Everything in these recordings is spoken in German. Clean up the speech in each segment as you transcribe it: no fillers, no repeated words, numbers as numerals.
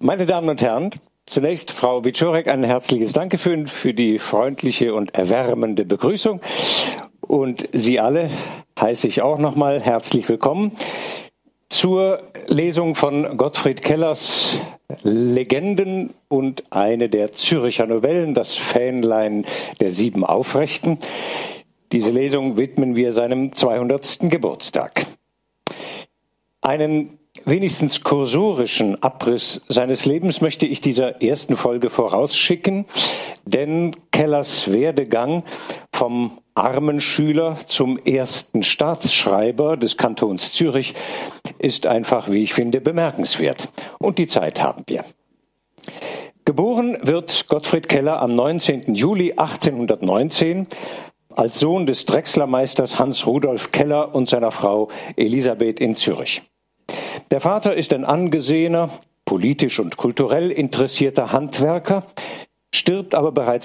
Meine Damen und Herren, zunächst Frau Wieczorek, ein herzliches Dankeschön für die freundliche und erwärmende Begrüßung. Und Sie alle heiße ich auch nochmal herzlich willkommen zur Lesung von Gottfried Kellers Legenden und eine der Zürcher Novellen, das Fähnlein der 7 Aufrechten. Diese Lesung widmen wir seinem 200. Geburtstag. Einen wenigstens kursorischen Abriss seines Lebens möchte ich dieser ersten Folge vorausschicken, denn Kellers Werdegang vom armen Schüler zum ersten Staatsschreiber des Kantons Zürich ist einfach, wie ich finde, bemerkenswert. Und die Zeit haben wir. Geboren wird Gottfried Keller am 19. Juli 1819 als Sohn des Drechslermeisters Hans Rudolf Keller und seiner Frau Elisabeth in Zürich. Der Vater ist ein angesehener, politisch und kulturell interessierter Handwerker, stirbt aber bereits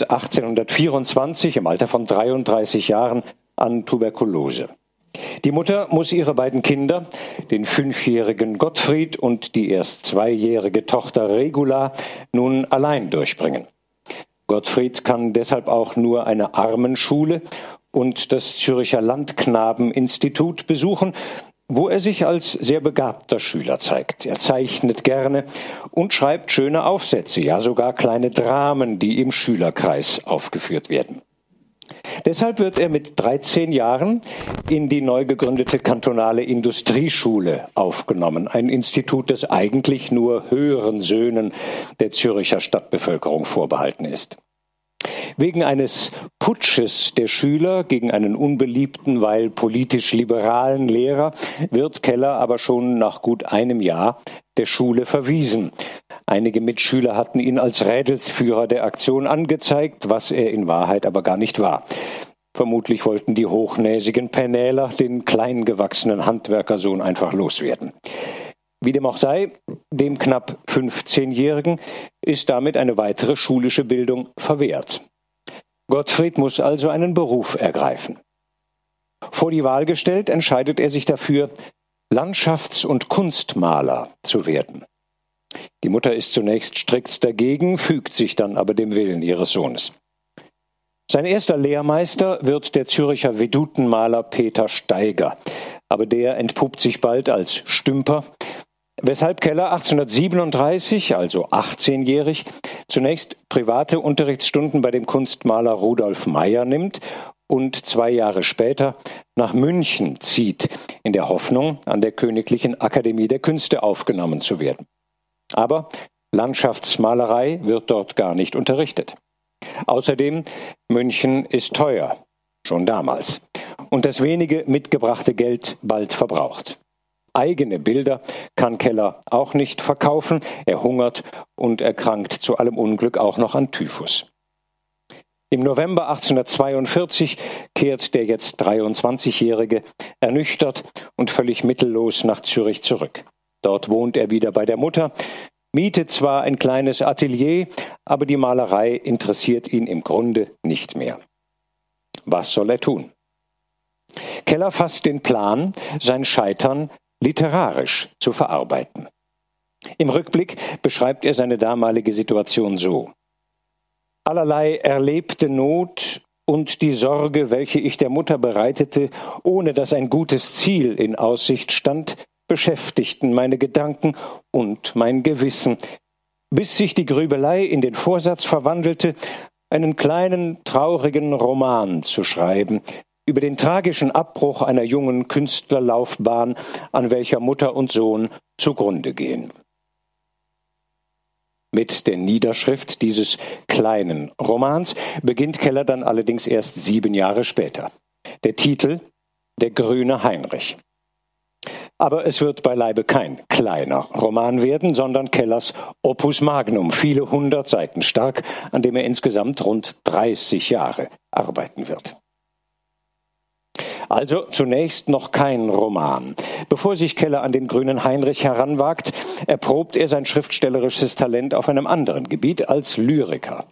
1824 im Alter von 33 Jahren an Tuberkulose. Die Mutter muss ihre beiden Kinder, den 5-jährigen Gottfried und die erst 2-jährige Tochter Regula, nun allein durchbringen. Gottfried kann deshalb auch nur eine Armenschule und das Zürcher Landknabeninstitut besuchen, wo er sich als sehr begabter Schüler zeigt. Er zeichnet gerne und schreibt schöne Aufsätze, ja sogar kleine Dramen, die im Schülerkreis aufgeführt werden. Deshalb wird er mit 13 Jahren in die neu gegründete kantonale Industrieschule aufgenommen, ein Institut, das eigentlich nur höheren Söhnen der Zürcher Stadtbevölkerung vorbehalten ist. Wegen eines Putsches der Schüler gegen einen unbeliebten, weil politisch liberalen Lehrer wird Keller aber schon nach gut einem Jahr der Schule verwiesen. Einige Mitschüler hatten ihn als Rädelsführer der Aktion angezeigt, was er in Wahrheit aber gar nicht war. Vermutlich wollten die hochnäsigen Penäler den kleingewachsenen Handwerkersohn einfach loswerden. Wie dem auch sei, dem knapp 15-Jährigen ist damit eine weitere schulische Bildung verwehrt. Gottfried muss also einen Beruf ergreifen. Vor die Wahl gestellt, entscheidet er sich dafür, Landschafts- und Kunstmaler zu werden. Die Mutter ist zunächst strikt dagegen, fügt sich dann aber dem Willen ihres Sohnes. Sein erster Lehrmeister wird der Zürcher Vedutenmaler Peter Steiger, aber der entpuppt sich bald als Stümper, weshalb Keller 1837, also 18-jährig, zunächst private Unterrichtsstunden bei dem Kunstmaler Rudolf Meyer nimmt und 2 Jahre später nach München zieht, in der Hoffnung, an der Königlichen Akademie der Künste aufgenommen zu werden. Aber Landschaftsmalerei wird dort gar nicht unterrichtet. Außerdem, München ist teuer, schon damals, und das wenige mitgebrachte Geld bald verbraucht. Eigene Bilder kann Keller auch nicht verkaufen, er hungert und erkrankt zu allem Unglück auch noch an Typhus. Im November 1842 kehrt der jetzt 23-Jährige ernüchtert und völlig mittellos nach Zürich zurück. Dort wohnt er wieder bei der Mutter, mietet zwar ein kleines Atelier, aber die Malerei interessiert ihn im Grunde nicht mehr. Was soll er tun? Keller fasst den Plan, sein Scheitern literarisch zu verarbeiten. Im Rückblick beschreibt er seine damalige Situation so: Allerlei erlebte Not und die Sorge, welche ich der Mutter bereitete, ohne dass ein gutes Ziel in Aussicht stand, beschäftigten meine Gedanken und mein Gewissen, bis sich die Grübelei in den Vorsatz verwandelte, einen kleinen, traurigen Roman zu schreiben, über den tragischen Abbruch einer jungen Künstlerlaufbahn, an welcher Mutter und Sohn zugrunde gehen. Mit der Niederschrift dieses kleinen Romans beginnt Keller dann allerdings erst 7 Jahre später. Der Titel: Der grüne Heinrich. Aber es wird beileibe kein kleiner Roman werden, sondern Kellers Opus Magnum, viele 100 Seiten stark, an dem er insgesamt rund 30 Jahre arbeiten wird. Also zunächst noch kein Roman. Bevor sich Keller an den grünen Heinrich heranwagt, erprobt er sein schriftstellerisches Talent auf einem anderen Gebiet als Lyriker.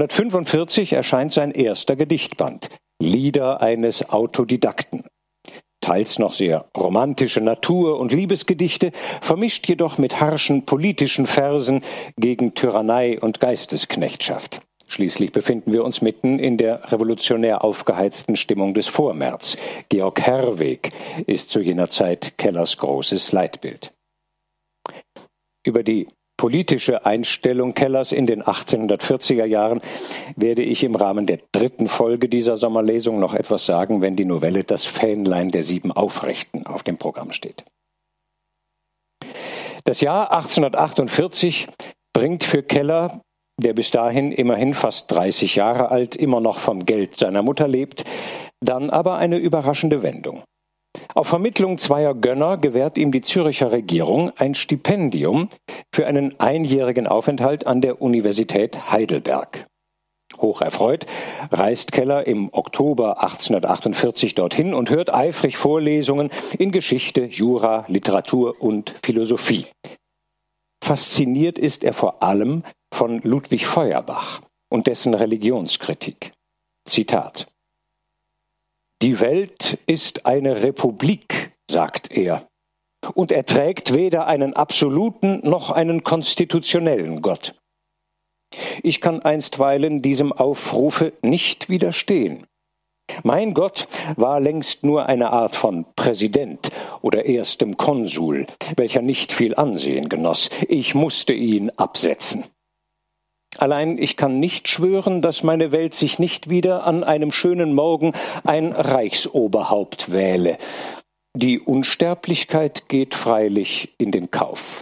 1845 erscheint sein erster Gedichtband, Lieder eines Autodidakten. teils noch sehr romantische Natur- und Liebesgedichte, vermischt jedoch mit harschen politischen Versen gegen Tyrannei und Geistesknechtschaft. Schließlich befinden wir uns mitten in der revolutionär aufgeheizten Stimmung des Vormärz. Georg Herwegh ist zu jener Zeit Kellers großes Leitbild. Über die politische Einstellung Kellers in den 1840er Jahren werde ich im Rahmen der 3. Folge dieser Sommerlesung noch etwas sagen, wenn die Novelle Das Fähnlein der 7 Aufrechten auf dem Programm steht. Das Jahr 1848 bringt für Keller, der bis dahin immerhin fast 30 Jahre alt, immer noch vom Geld seiner Mutter lebt, dann aber eine überraschende Wendung. Auf Vermittlung zweier Gönner gewährt ihm die Zürcher Regierung ein Stipendium für einen einjährigen Aufenthalt an der Universität Heidelberg. Hocherfreut reist Keller im Oktober 1848 dorthin und hört eifrig Vorlesungen in Geschichte, Jura, Literatur und Philosophie. Fasziniert ist er vor allem von Ludwig Feuerbach und dessen Religionskritik. Zitat: Die Welt ist eine Republik, sagt er, und erträgt weder einen absoluten noch einen konstitutionellen Gott. Ich kann einstweilen diesem Aufrufe nicht widerstehen. Mein Gott war längst nur eine Art von Präsident oder erstem Konsul, welcher nicht viel Ansehen genoss. Ich musste ihn absetzen. Allein ich kann nicht schwören, dass meine Welt sich nicht wieder an einem schönen Morgen ein Reichsoberhaupt wähle. Die Unsterblichkeit geht freilich in den Kauf.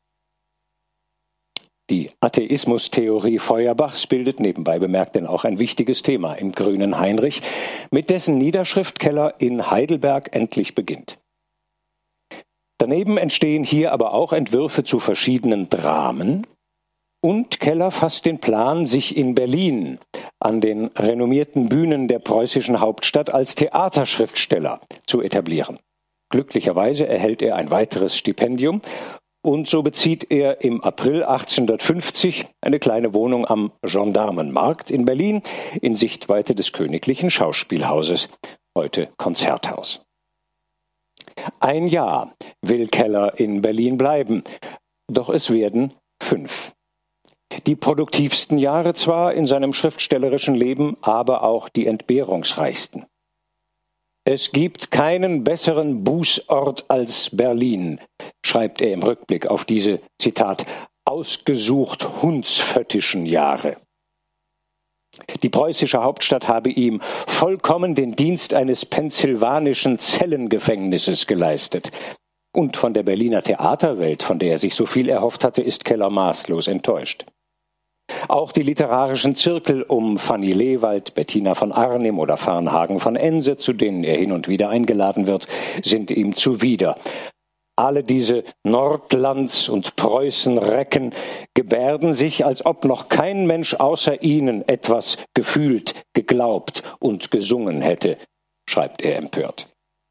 Die Atheismustheorie Feuerbachs bildet nebenbei bemerkt denn auch ein wichtiges Thema im Grünen Heinrich, mit dessen Niederschrift Keller in Heidelberg endlich beginnt. Daneben entstehen hier aber auch Entwürfe zu verschiedenen Dramen, und Keller fasst den Plan, sich in Berlin an den renommierten Bühnen der preußischen Hauptstadt als Theaterschriftsteller zu etablieren. Glücklicherweise erhält er ein weiteres Stipendium und so bezieht er im April 1850 eine kleine Wohnung am Gendarmenmarkt in Berlin in Sichtweite des Königlichen Schauspielhauses, heute Konzerthaus. Ein Jahr will Keller in Berlin bleiben, doch es werden 5. Die produktivsten Jahre zwar in seinem schriftstellerischen Leben, aber auch die entbehrungsreichsten. Es gibt keinen besseren Bußort als Berlin, schreibt er im Rückblick auf diese, Zitat, ausgesucht hundsföttischen Jahre. Die preußische Hauptstadt habe ihm vollkommen den Dienst eines pennsylvanischen Zellengefängnisses geleistet. Und von der Berliner Theaterwelt, von der er sich so viel erhofft hatte, ist Keller maßlos enttäuscht. Auch die literarischen Zirkel um Fanny Lewald, Bettina von Arnim oder Varnhagen von Ense, zu denen er hin und wieder eingeladen wird, sind ihm zuwider. Alle diese Nordlands- und Preußenrecken gebärden sich, als ob noch kein Mensch außer ihnen etwas gefühlt, geglaubt und gesungen hätte, schreibt er empört.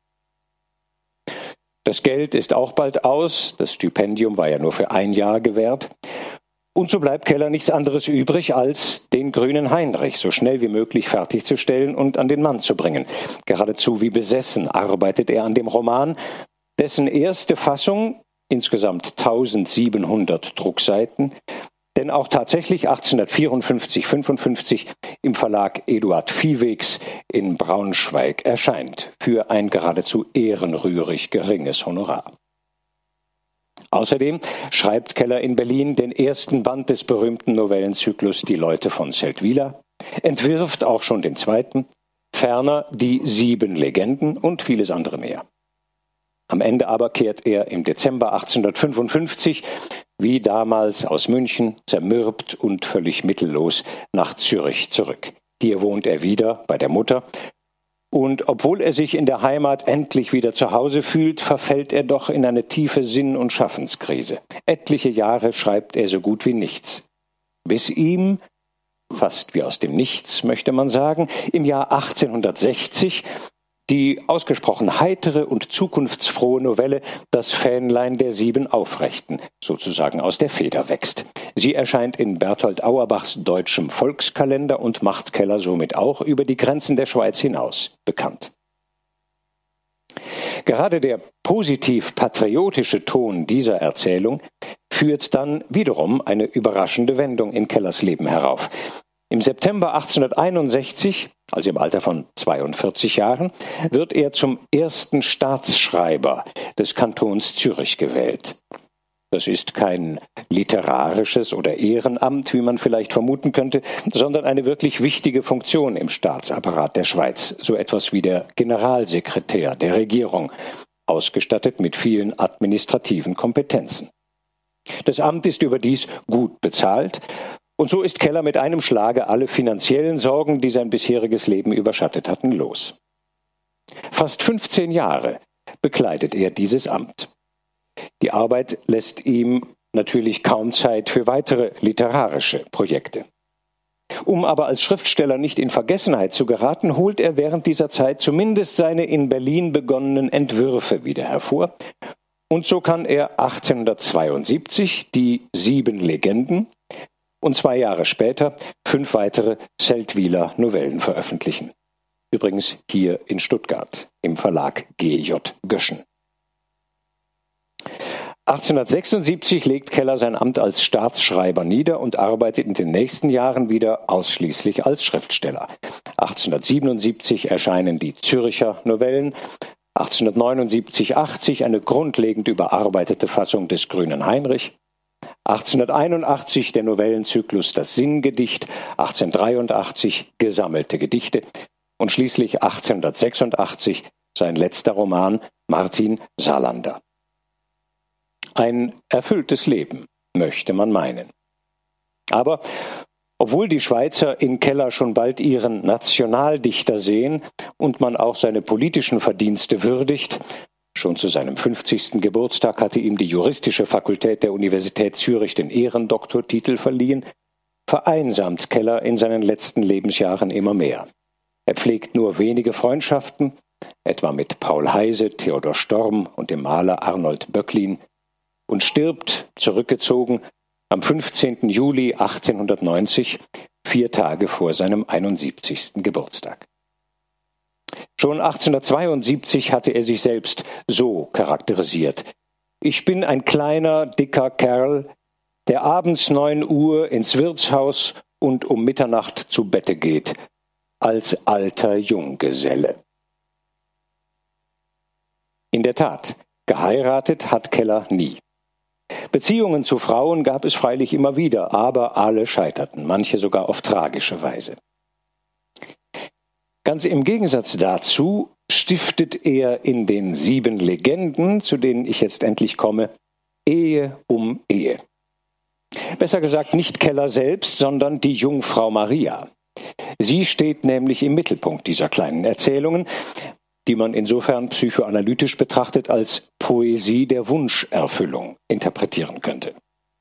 Das Geld ist auch bald aus, das Stipendium war ja nur für ein Jahr gewährt. Und so bleibt Keller nichts anderes übrig, als den Grünen Heinrich so schnell wie möglich fertigzustellen und an den Mann zu bringen. Geradezu wie besessen arbeitet er an dem Roman, dessen erste Fassung, insgesamt 1700 Druckseiten, denn auch tatsächlich 1854/55 im Verlag Eduard Viehwegs in Braunschweig erscheint, für ein geradezu ehrenrührig geringes Honorar. Außerdem schreibt Keller in Berlin den ersten Band des berühmten Novellenzyklus Die Leute von Seldwyla, entwirft auch schon den zweiten, ferner die 7 Legenden und vieles andere mehr. Am Ende aber kehrt er im Dezember 1855, wie damals aus München, zermürbt und völlig mittellos nach Zürich zurück. Hier wohnt er wieder bei der Mutter. Und obwohl er sich in der Heimat endlich wieder zu Hause fühlt, verfällt er doch in eine tiefe Sinn- und Schaffenskrise. Etliche Jahre schreibt er so gut wie nichts. Bis ihm, fast wie aus dem Nichts möchte man sagen, im Jahr 1860 die ausgesprochen heitere und zukunftsfrohe Novelle Das Fähnlein der 7 Aufrechten sozusagen aus der Feder wächst. Sie erscheint in Berthold Auerbachs Deutschem Volkskalender und macht Keller somit auch über die Grenzen der Schweiz hinaus bekannt. Gerade der positiv-patriotische Ton dieser Erzählung führt dann wiederum eine überraschende Wendung in Kellers Leben herauf. Im September 1861, also im Alter von 42 Jahren, wird er zum ersten Staatsschreiber des Kantons Zürich gewählt. Das ist kein literarisches oder Ehrenamt, wie man vielleicht vermuten könnte, sondern eine wirklich wichtige Funktion im Staatsapparat der Schweiz, so etwas wie der Generalsekretär der Regierung, ausgestattet mit vielen administrativen Kompetenzen. Das Amt ist überdies gut bezahlt, und so ist Keller mit einem Schlage alle finanziellen Sorgen, die sein bisheriges Leben überschattet hatten, los. Fast 15 Jahre bekleidet er dieses Amt. Die Arbeit lässt ihm natürlich kaum Zeit für weitere literarische Projekte. Um aber als Schriftsteller nicht in Vergessenheit zu geraten, holt er während dieser Zeit zumindest seine in Berlin begonnenen Entwürfe wieder hervor. Und so kann er 1872 die 7 Legenden und 2 Jahre später 5 weitere Seldwyler Novellen veröffentlichen. Übrigens hier in Stuttgart im Verlag G.J. Göschen. 1876 legt Keller sein Amt als Staatsschreiber nieder und arbeitet in den nächsten Jahren wieder ausschließlich als Schriftsteller. 1877 erscheinen die Zürcher Novellen, 1879/80 eine grundlegend überarbeitete Fassung des Grünen Heinrich, 1881 der Novellenzyklus Das Sinngedicht, 1883 gesammelte Gedichte und schließlich 1886 sein letzter Roman Martin Salander. Ein erfülltes Leben, möchte man meinen. Aber obwohl die Schweizer in Keller schon bald ihren Nationaldichter sehen und man auch seine politischen Verdienste würdigt, schon zu seinem 50. Geburtstag hatte ihm die juristische Fakultät der Universität Zürich den Ehrendoktortitel verliehen, vereinsamt Keller in seinen letzten Lebensjahren immer mehr. Er pflegt nur wenige Freundschaften, etwa mit Paul Heyse, Theodor Storm und dem Maler Arnold Böcklin, und stirbt, zurückgezogen, am 15. Juli 1890, 4 Tage vor seinem 71. Geburtstag. Schon 1872 hatte er sich selbst so charakterisiert: Ich bin ein kleiner, dicker Kerl, der abends 9 Uhr ins Wirtshaus und um Mitternacht zu Bette geht, als alter Junggeselle. In der Tat, geheiratet hat Keller nie. Beziehungen zu Frauen gab es freilich immer wieder, aber alle scheiterten, manche sogar auf tragische Weise. Ganz im Gegensatz dazu stiftet er in den 7 Legenden, zu denen ich jetzt endlich komme, Ehe um Ehe. Besser gesagt nicht Keller selbst, sondern die Jungfrau Maria. Sie steht nämlich im Mittelpunkt dieser kleinen Erzählungen, die man insofern psychoanalytisch betrachtet als Poesie der Wunscherfüllung interpretieren könnte.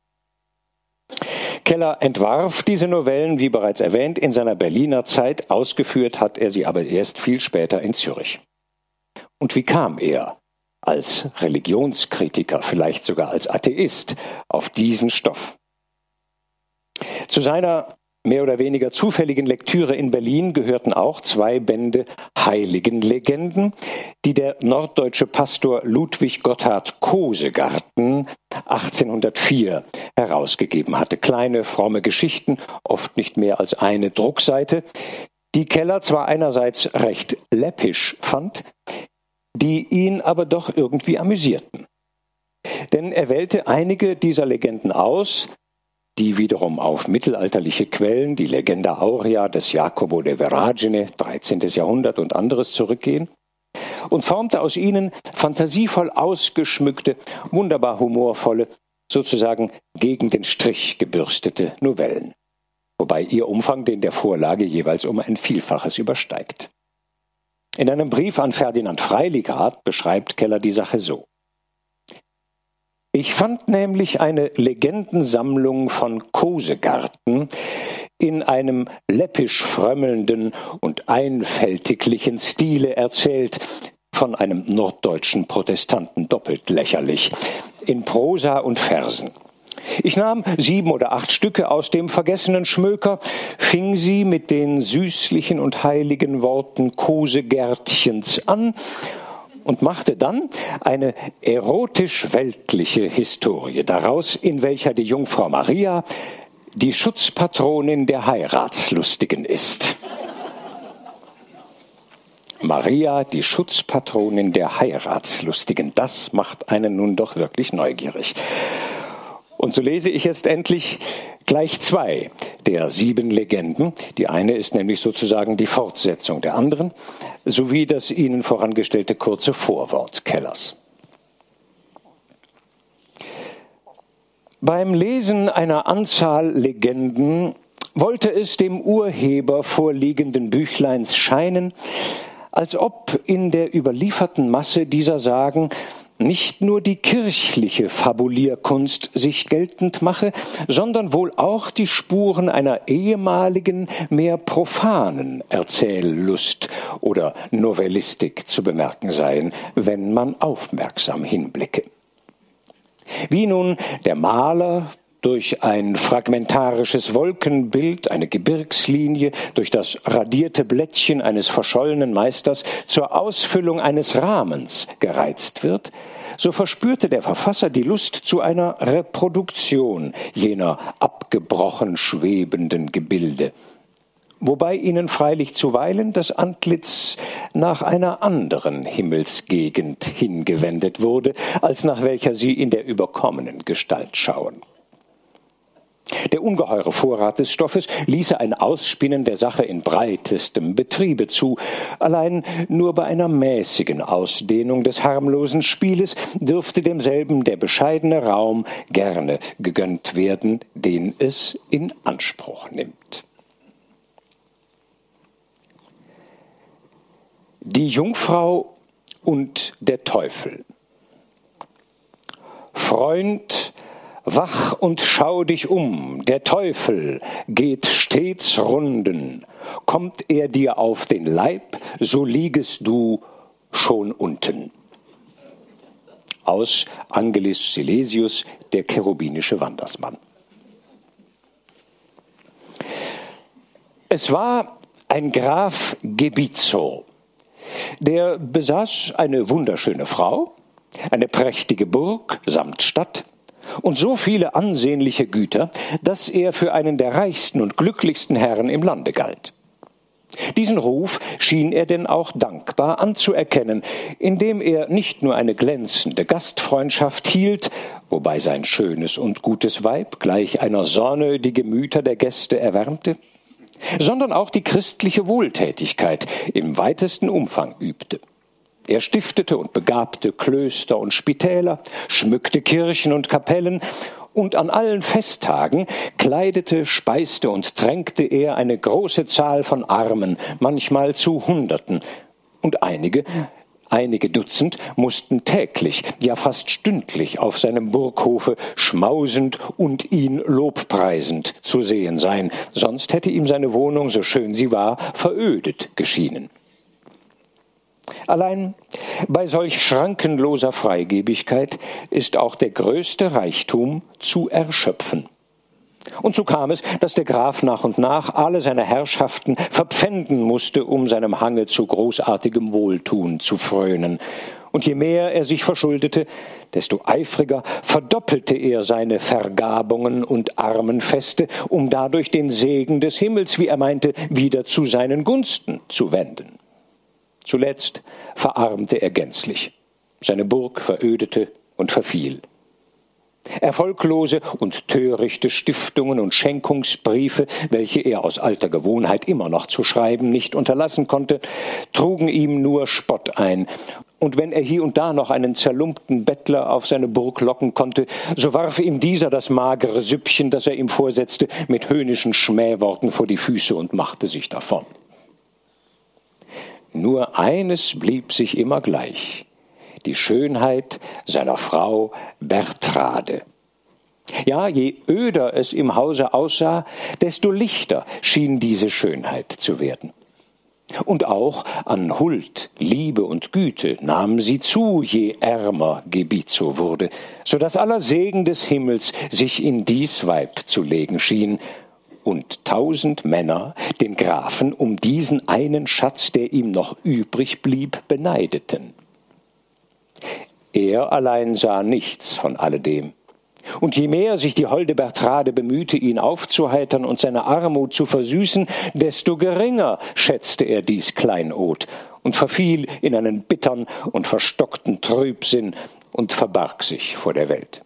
Keller entwarf diese Novellen, wie bereits erwähnt, in seiner Berliner Zeit, ausgeführt hat er sie aber erst viel später in Zürich. Und wie kam er als Religionskritiker, vielleicht sogar als Atheist, auf diesen Stoff? Zu seiner mehr oder weniger zufälligen Lektüre in Berlin gehörten auch 2 Bände Heiligenlegenden, die der norddeutsche Pastor Ludwig Gotthard Kosegarten 1804 herausgegeben hatte. Kleine, fromme Geschichten, oft nicht mehr als eine Druckseite, die Keller zwar einerseits recht läppisch fand, die ihn aber doch irgendwie amüsierten. Denn er wählte einige dieser Legenden aus, die wiederum auf mittelalterliche Quellen, die Legenda Aurea des Jacopo de Veragine, 13. Jahrhundert und anderes zurückgehen, und formte aus ihnen fantasievoll ausgeschmückte, wunderbar humorvolle, sozusagen gegen den Strich gebürstete Novellen, wobei ihr Umfang den der Vorlage jeweils um ein Vielfaches übersteigt. In einem Brief an Ferdinand Freiligrath beschreibt Keller die Sache so: Ich fand nämlich eine Legendensammlung von Kosegarten in einem läppisch frömmelnden und einfältiglichen Stile erzählt, von einem norddeutschen Protestanten doppelt lächerlich, in Prosa und Versen. Ich nahm 7 oder 8 Stücke aus dem vergessenen Schmöker, fing sie mit den süßlichen und heiligen Worten Kosegärtchens an und machte dann eine erotisch-weltliche Historie daraus, in welcher die Jungfrau Maria die Schutzpatronin der Heiratslustigen ist. Maria, die Schutzpatronin der Heiratslustigen, das macht einen nun doch wirklich neugierig. Und so lese ich jetzt endlich gleich 2 der 7 Legenden. Die eine ist nämlich sozusagen die Fortsetzung der anderen, sowie das Ihnen vorangestellte kurze Vorwort Kellers. Beim Lesen einer Anzahl Legenden wollte es dem Urheber vorliegenden Büchleins scheinen, als ob in der überlieferten Masse dieser Sagen nicht nur die kirchliche Fabulierkunst sich geltend mache, sondern wohl auch die Spuren einer ehemaligen, mehr profanen Erzähllust oder Novellistik zu bemerken seien, wenn man aufmerksam hinblicke. Wie nun der Maler durch ein fragmentarisches Wolkenbild, eine Gebirgslinie, durch das radierte Blättchen eines verschollenen Meisters zur Ausfüllung eines Rahmens gereizt wird, so verspürte der Verfasser die Lust zu einer Reproduktion jener abgebrochen schwebenden Gebilde, wobei ihnen freilich zuweilen das Antlitz nach einer anderen Himmelsgegend hingewendet wurde, als nach welcher sie in der überkommenen Gestalt schauen. Der ungeheure Vorrat des Stoffes ließe ein Ausspinnen der Sache in breitestem Betriebe zu. Allein nur bei einer mäßigen Ausdehnung des harmlosen Spieles dürfte demselben der bescheidene Raum gerne gegönnt werden, den es in Anspruch nimmt. Die Jungfrau und der Teufel. Freund, wach und schau dich um, der Teufel geht stets Runden. Kommt er dir auf den Leib, so liegest du schon unten. Aus Angelis Silesius, der cherubinische Wandersmann. Es war ein Graf Gebizzo, der besaß eine wunderschöne Frau, eine prächtige Burg samt Stadt und so viele ansehnliche Güter, dass er für einen der reichsten und glücklichsten Herren im Lande galt. Diesen Ruf schien er denn auch dankbar anzuerkennen, indem er nicht nur eine glänzende Gastfreundschaft hielt, wobei sein schönes und gutes Weib gleich einer Sonne die Gemüter der Gäste erwärmte, sondern auch die christliche Wohltätigkeit im weitesten Umfang übte. Er stiftete und begabte Klöster und Spitäler, schmückte Kirchen und Kapellen, und an allen Festtagen kleidete, speiste und tränkte er eine große Zahl von Armen, manchmal zu Hunderten, und einige Dutzend mussten täglich, ja fast stündlich auf seinem Burghofe schmausend und ihn lobpreisend zu sehen sein, sonst hätte ihm seine Wohnung, so schön sie war, verödet geschienen. Allein bei solch schrankenloser Freigebigkeit ist auch der größte Reichtum zu erschöpfen. Und so kam es, dass der Graf nach und nach alle seine Herrschaften verpfänden musste, um seinem Hange zu großartigem Wohltun zu frönen. Und je mehr er sich verschuldete, desto eifriger verdoppelte er seine Vergabungen und Armenfeste, um dadurch den Segen des Himmels, wie er meinte, wieder zu seinen Gunsten zu wenden. Zuletzt verarmte er gänzlich. Seine Burg verödete und verfiel. Erfolglose und törichte Stiftungen und Schenkungsbriefe, welche er aus alter Gewohnheit immer noch zu schreiben nicht unterlassen konnte, trugen ihm nur Spott ein. Und wenn er hier und da noch einen zerlumpten Bettler auf seine Burg locken konnte, so warf ihm dieser das magere Süppchen, das er ihm vorsetzte, mit höhnischen Schmähworten vor die Füße und machte sich davon. Nur eines blieb sich immer gleich: die Schönheit seiner Frau Bertrade. Ja, je öder es im Hause aussah, desto lichter schien diese Schönheit zu werden. Und auch an Huld, Liebe und Güte nahm sie zu, je ärmer Gebizzo wurde, so dass aller Segen des Himmels sich in dies Weib zu legen schien, und 1000 Männer den Grafen um diesen einen Schatz, der ihm noch übrig blieb, beneideten. Er allein sah nichts von alledem. Und je mehr sich die holde Bertrade bemühte, ihn aufzuheitern und seine Armut zu versüßen, desto geringer schätzte er dies Kleinod und verfiel in einen bittern und verstockten Trübsinn und verbarg sich vor der Welt.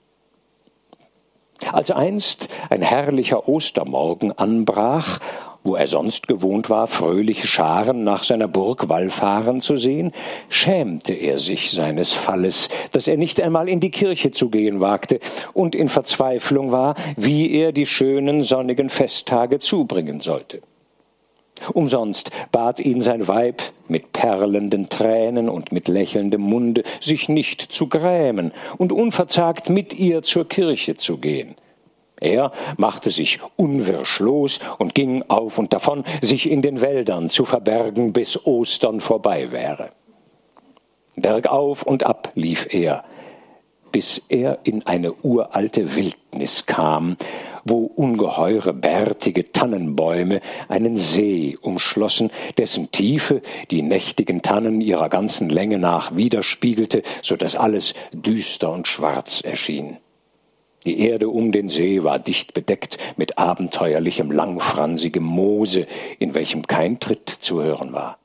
Als einst ein herrlicher Ostermorgen anbrach, wo er sonst gewohnt war, fröhliche Scharen nach seiner Burg wallfahren zu sehen, schämte er sich seines Falles, dass er nicht einmal in die Kirche zu gehen wagte und in Verzweiflung war, wie er die schönen sonnigen Festtage zubringen sollte. Umsonst bat ihn sein Weib mit perlenden Tränen und mit lächelndem Munde, sich nicht zu grämen und unverzagt mit ihr zur Kirche zu gehen. Er machte sich unwirsch los und ging auf und davon, sich in den Wäldern zu verbergen, bis Ostern vorbei wäre. Bergauf und ab lief er, bis er in eine uralte Wildnis kam, wo ungeheure bärtige Tannenbäume einen See umschlossen, dessen Tiefe die nächtigen Tannen ihrer ganzen Länge nach widerspiegelte, so dass alles düster und schwarz erschien. Die Erde um den See war dicht bedeckt mit abenteuerlichem, langfransigem Moose, in welchem kein Tritt zu hören war.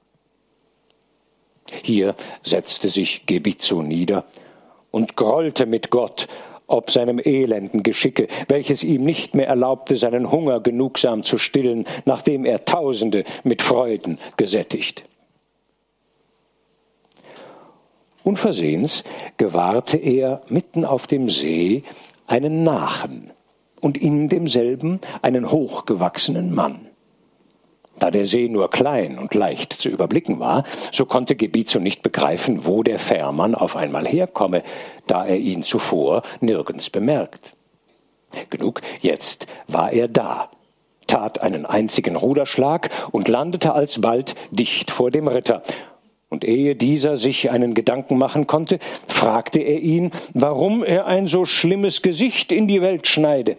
Hier setzte sich Gebitzo nieder und grollte mit Gott ob seinem elenden Geschicke, welches ihm nicht mehr erlaubte, seinen Hunger genugsam zu stillen, nachdem er Tausende mit Freuden gesättigt. Unversehens gewahrte er mitten auf dem See einen Nachen und in demselben einen hochgewachsenen Mann. Da der See nur klein und leicht zu überblicken war, so konnte Gebitzo nicht begreifen, wo der Fährmann auf einmal herkomme, da er ihn zuvor nirgends bemerkt. Genug, jetzt war er da, tat einen einzigen Ruderschlag und landete alsbald dicht vor dem Ritter. Und ehe dieser sich einen Gedanken machen konnte, fragte er ihn, warum er ein so schlimmes Gesicht in die Welt schneide.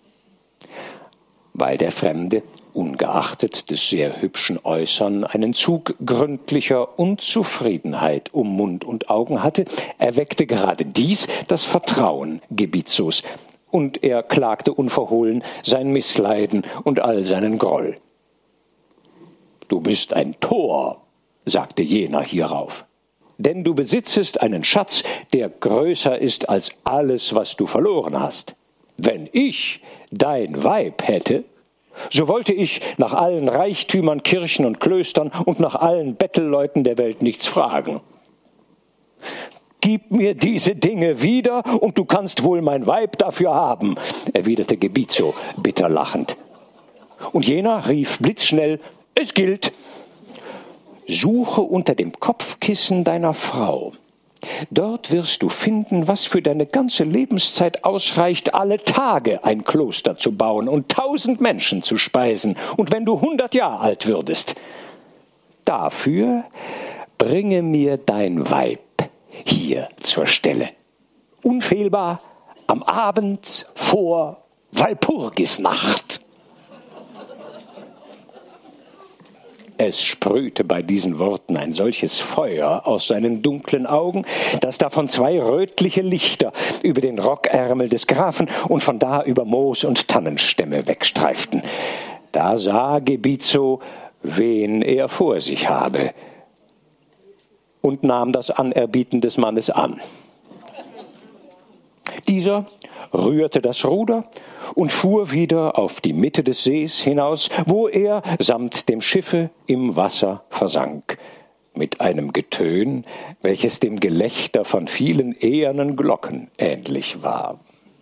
Weil der Fremde, ungeachtet des sehr hübschen Äußern, einen Zug gründlicher Unzufriedenheit um Mund und Augen hatte, erweckte gerade dies das Vertrauen Gebitzos, und er klagte unverhohlen sein Missleiden und all seinen Groll. »Du bist ein Tor«, sagte jener hierauf, »denn du besitzest einen Schatz, der größer ist als alles, was du verloren hast. Wenn ich dein Weib hätte, so wollte ich nach allen Reichtümern, Kirchen und Klöstern und nach allen Bettelleuten der Welt nichts fragen. »Gib mir diese Dinge wieder, und du kannst wohl mein Weib dafür haben«, erwiderte Gebitzo bitter lachend. Und jener rief blitzschnell, »Es gilt! Suche unter dem Kopfkissen deiner Frau. Dort wirst du finden, was für deine ganze Lebenszeit ausreicht, alle Tage ein Kloster zu bauen und 1000 Menschen zu speisen, und wenn du 100 Jahre alt würdest. Dafür bringe mir dein Weib hier zur Stelle, unfehlbar am Abend vor Walpurgisnacht.« Es sprühte bei diesen Worten ein solches Feuer aus seinen dunklen Augen, dass davon 2 rötliche Lichter über den Rockärmel des Grafen und von da über Moos und Tannenstämme wegstreiften. Da sah Gebitzo, wen er vor sich habe, und nahm das Anerbieten des Mannes an. Dieser rührte das Ruder und fuhr wieder auf die Mitte des Sees hinaus, wo er samt dem Schiffe im Wasser versank, mit einem Getön, welches dem Gelächter von vielen ehernen Glocken ähnlich war.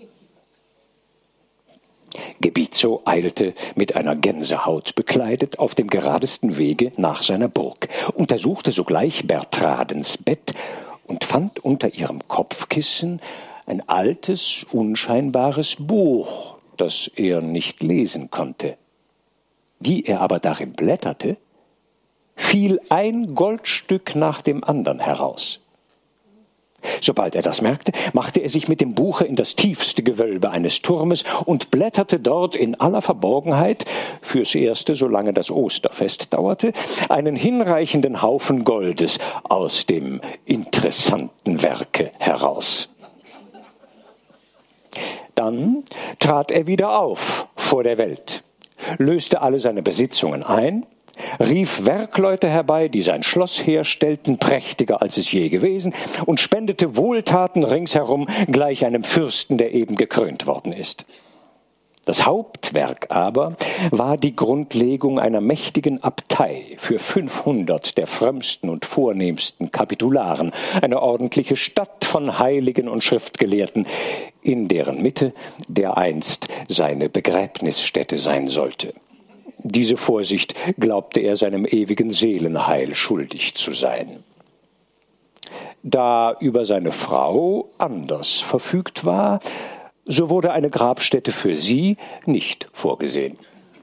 Gebitzo eilte mit einer Gänsehaut bekleidet auf dem geradesten Wege nach seiner Burg, untersuchte sogleich Bertradens Bett und fand unter ihrem Kopfkissen ein altes, unscheinbares Buch, das er nicht lesen konnte. Wie er aber darin blätterte, fiel ein Goldstück nach dem andern heraus. Sobald er das merkte, machte er sich mit dem Buche in das tiefste Gewölbe eines Turmes und blätterte dort in aller Verborgenheit, fürs Erste, solange das Osterfest dauerte, einen hinreichenden Haufen Goldes aus dem interessanten Werke heraus. Dann trat er wieder auf vor der Welt, löste alle seine Besitzungen ein, rief Werkleute herbei, die sein Schloss herstellten, prächtiger als es je gewesen, und spendete Wohltaten ringsherum, gleich einem Fürsten, der eben gekrönt worden ist. Das Hauptwerk aber war die Grundlegung einer mächtigen Abtei für 500 der frömmsten und vornehmsten Kapitularen, eine ordentliche Stadt von Heiligen und Schriftgelehrten, in deren Mitte dereinst seine Begräbnisstätte sein sollte. Diese Vorsicht glaubte er seinem ewigen Seelenheil schuldig zu sein. Da über seine Frau anders verfügt war, so wurde eine Grabstätte für sie nicht vorgesehen.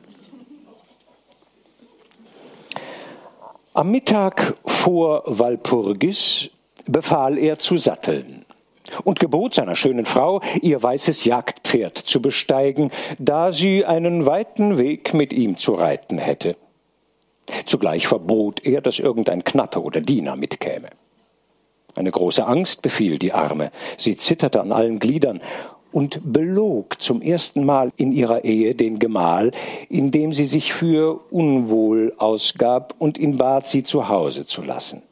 Am Mittag vor Walpurgis befahl er zu satteln und gebot seiner schönen Frau, ihr weißes Jagdpferd zu besteigen, da sie einen weiten Weg mit ihm zu reiten hätte. Zugleich verbot er, dass irgendein Knappe oder Diener mitkäme. Eine große Angst befiel die Arme. Sie zitterte an allen Gliedern und belog zum ersten Mal in ihrer Ehe den Gemahl, indem sie sich für unwohl ausgab und ihn bat, sie zu Hause zu lassen.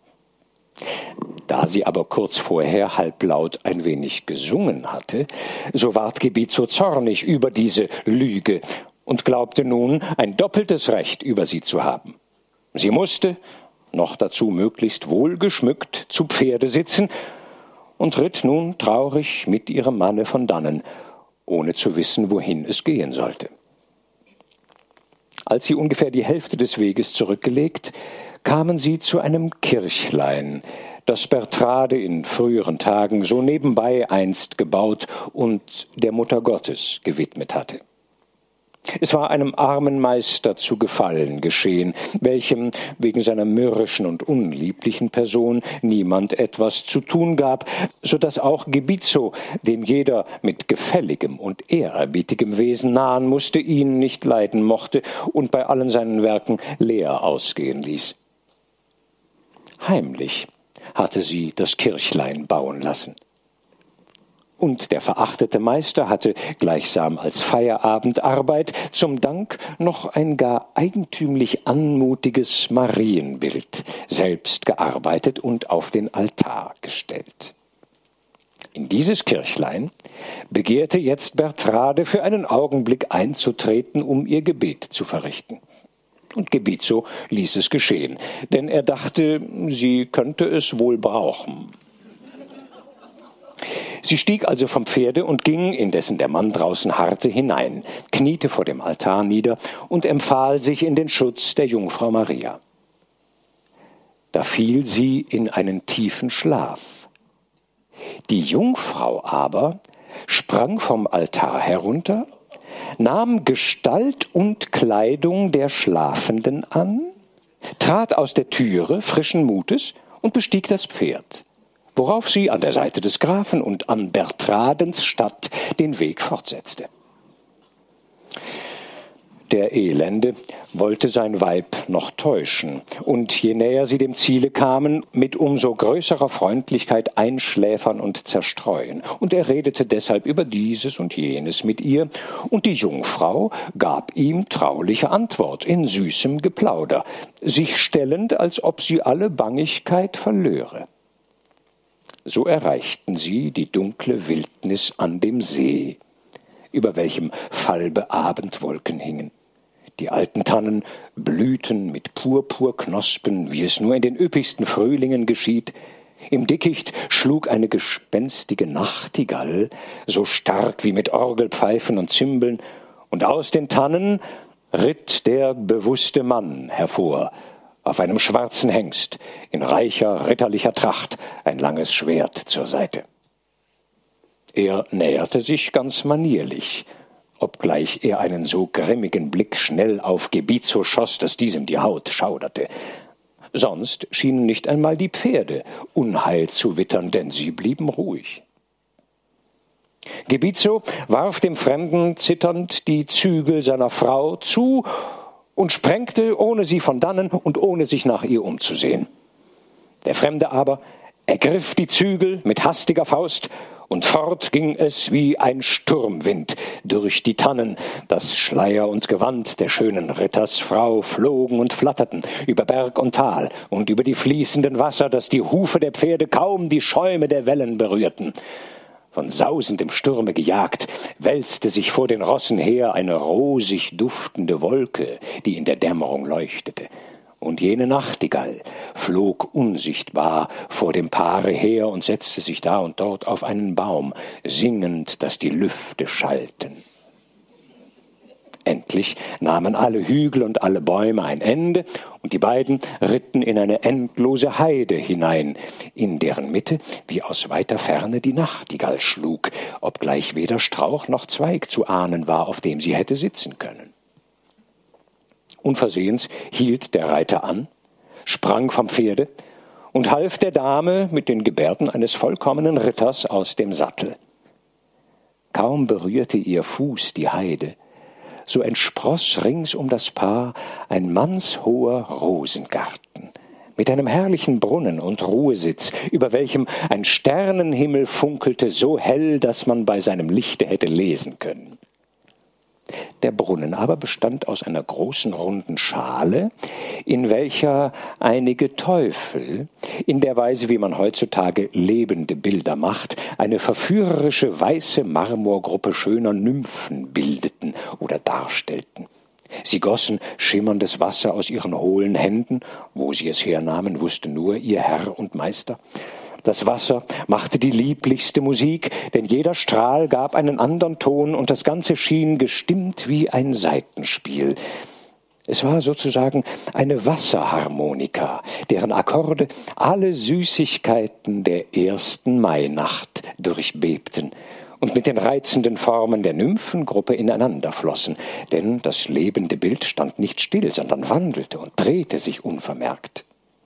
Da sie aber kurz vorher halblaut ein wenig gesungen hatte, so ward Gebitzo zornig über diese Lüge und glaubte nun, ein doppeltes Recht über sie zu haben. Sie musste, noch dazu möglichst wohl geschmückt, zu Pferde sitzen und ritt nun traurig mit ihrem Manne von dannen, ohne zu wissen, wohin es gehen sollte. Als sie ungefähr die Hälfte des Weges zurückgelegt, kamen sie zu einem Kirchlein, das Bertrade in früheren Tagen so nebenbei einst gebaut und der Mutter Gottes gewidmet hatte. Es war einem armen Meister zu Gefallen geschehen, welchem wegen seiner mürrischen und unlieblichen Person niemand etwas zu tun gab, so dass auch Gebitzo, dem jeder mit gefälligem und ehrerbietigem Wesen nahen musste, ihn nicht leiden mochte und bei allen seinen Werken leer ausgehen ließ. Heimlich hatte sie das Kirchlein bauen lassen. Und der verachtete Meister hatte gleichsam als Feierabendarbeit zum Dank noch ein gar eigentümlich anmutiges Marienbild selbst gearbeitet und auf den Altar gestellt. In dieses Kirchlein begehrte jetzt Bertrade für einen Augenblick einzutreten, um ihr Gebet zu verrichten. Und Gebitzo ließ es geschehen, denn er dachte, sie könnte es wohl brauchen. Sie stieg also vom Pferde und ging, indessen der Mann draußen harrte, hinein, kniete vor dem Altar nieder und empfahl sich in den Schutz der Jungfrau Maria. Da fiel sie in einen tiefen Schlaf. Die Jungfrau aber sprang vom Altar herunter, nahm Gestalt und Kleidung der Schlafenden an, trat aus der Türe frischen Mutes und bestieg das Pferd, worauf sie an der Seite des Grafen und an Bertradens Statt den Weg fortsetzte. Der Elende wollte sein Weib noch täuschen und je näher sie dem Ziele kamen, mit umso größerer Freundlichkeit einschläfern und zerstreuen. Und er redete deshalb über dieses und jenes mit ihr, und die Jungfrau gab ihm trauliche Antwort in süßem Geplauder, sich stellend, als ob sie alle Bangigkeit verlöre. So erreichten sie die dunkle Wildnis an dem See, über welchem falbe Abendwolken hingen. Die alten Tannen blühten mit Purpurknospen, wie es nur in den üppigsten Frühlingen geschieht. Im Dickicht schlug eine gespenstige Nachtigall, so stark wie mit Orgelpfeifen und Zimbeln, und aus den Tannen ritt der bewusste Mann hervor, auf einem schwarzen Hengst, in reicher ritterlicher Tracht, ein langes Schwert zur Seite. Er näherte sich ganz manierlich, obgleich er einen so grimmigen Blick schnell auf Gebitzo schoss, dass diesem die Haut schauderte. Sonst schienen nicht einmal die Pferde Unheil zu wittern, denn sie blieben ruhig. Gebitzo warf dem Fremden zitternd die Zügel seiner Frau zu und sprengte, ohne sie von dannen und ohne sich nach ihr umzusehen. Der Fremde aber ergriff die Zügel mit hastiger Faust, und fort ging es wie ein Sturmwind durch die Tannen, dass Schleier und Gewand der schönen Rittersfrau flogen und flatterten über Berg und Tal und über die fließenden Wasser, dass die Hufe der Pferde kaum die Schäume der Wellen berührten. Von sausendem Sturme gejagt, wälzte sich vor den Rossen her eine rosig duftende Wolke, die in der Dämmerung leuchtete. Und jene Nachtigall flog unsichtbar vor dem Paare her und setzte sich da und dort auf einen Baum, singend, dass die Lüfte schallten. Endlich nahmen alle Hügel und alle Bäume ein Ende, und die beiden ritten in eine endlose Heide hinein, in deren Mitte wie aus weiter Ferne die Nachtigall schlug, obgleich weder Strauch noch Zweig zu ahnen war, auf dem sie hätte sitzen können. Unversehens hielt der Reiter an, sprang vom Pferde und half der Dame mit den Gebärden eines vollkommenen Ritters aus dem Sattel. Kaum berührte ihr Fuß die Heide, so entspross rings um das Paar ein mannshoher Rosengarten mit einem herrlichen Brunnen und Ruhesitz, über welchem ein Sternenhimmel funkelte so hell, dass man bei seinem Lichte hätte lesen können. Der Brunnen aber bestand aus einer großen runden Schale, in welcher einige Teufel, in der Weise, wie man heutzutage lebende Bilder macht, eine verführerische weiße Marmorgruppe schöner Nymphen bildeten oder darstellten. Sie gossen schimmerndes Wasser aus ihren hohlen Händen, wo sie es hernahmen, wusste nur ihr Herr und Meister. Das Wasser machte die lieblichste Musik, denn jeder Strahl gab einen andern Ton und das Ganze schien gestimmt wie ein Saitenspiel. Es war sozusagen eine Wasserharmonika, deren Akkorde alle Süßigkeiten der ersten Mainacht durchbebten und mit den reizenden Formen der Nymphengruppe ineinander flossen, denn das lebende Bild stand nicht still, sondern wandelte und drehte sich unvermerkt.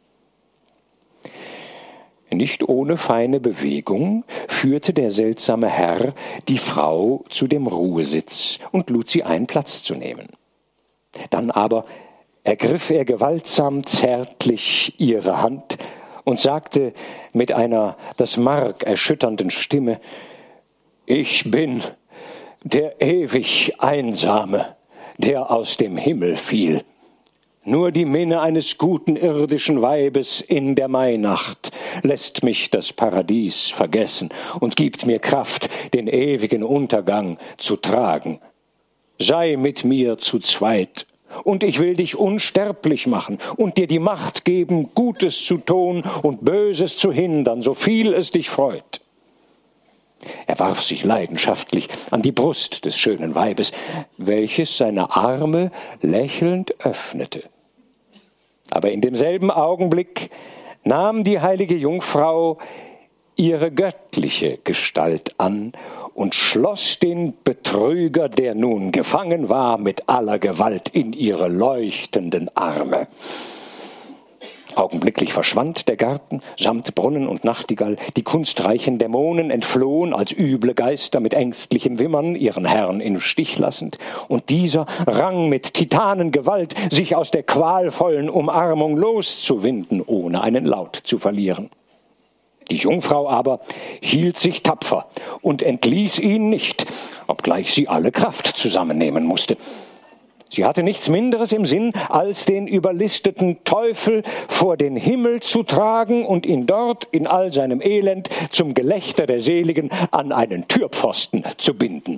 Nicht ohne feine Bewegung führte der seltsame Herr die Frau zu dem Ruhesitz und lud sie ein, Platz zu nehmen. Dann aber ergriff er gewaltsam zärtlich ihre Hand und sagte mit einer das Mark erschütternden Stimme: »Ich bin der ewig Einsame, der aus dem Himmel fiel. Nur die Minne eines guten irdischen Weibes in der Mainacht lässt mich das Paradies vergessen und gibt mir Kraft, den ewigen Untergang zu tragen. Sei mit mir zu zweit, und ich will dich unsterblich machen und dir die Macht geben, Gutes zu tun und Böses zu hindern, so viel es dich freut.« Er warf sich leidenschaftlich an die Brust des schönen Weibes, welches seine Arme lächelnd öffnete. Aber in demselben Augenblick nahm die heilige Jungfrau ihre göttliche Gestalt an und schloss den Betrüger, der nun gefangen war, mit aller Gewalt in ihre leuchtenden Arme. Augenblicklich verschwand der Garten samt Brunnen und Nachtigall. Die kunstreichen Dämonen entflohen als üble Geister mit ängstlichem Wimmern, ihren Herrn im Stich lassend. Und dieser rang mit Titanengewalt, sich aus der qualvollen Umarmung loszuwinden, ohne einen Laut zu verlieren. Die Jungfrau aber hielt sich tapfer und entließ ihn nicht, obgleich sie alle Kraft zusammennehmen musste. Sie hatte nichts Minderes im Sinn, als den überlisteten Teufel vor den Himmel zu tragen und ihn dort in all seinem Elend zum Gelächter der Seligen an einen Türpfosten zu binden.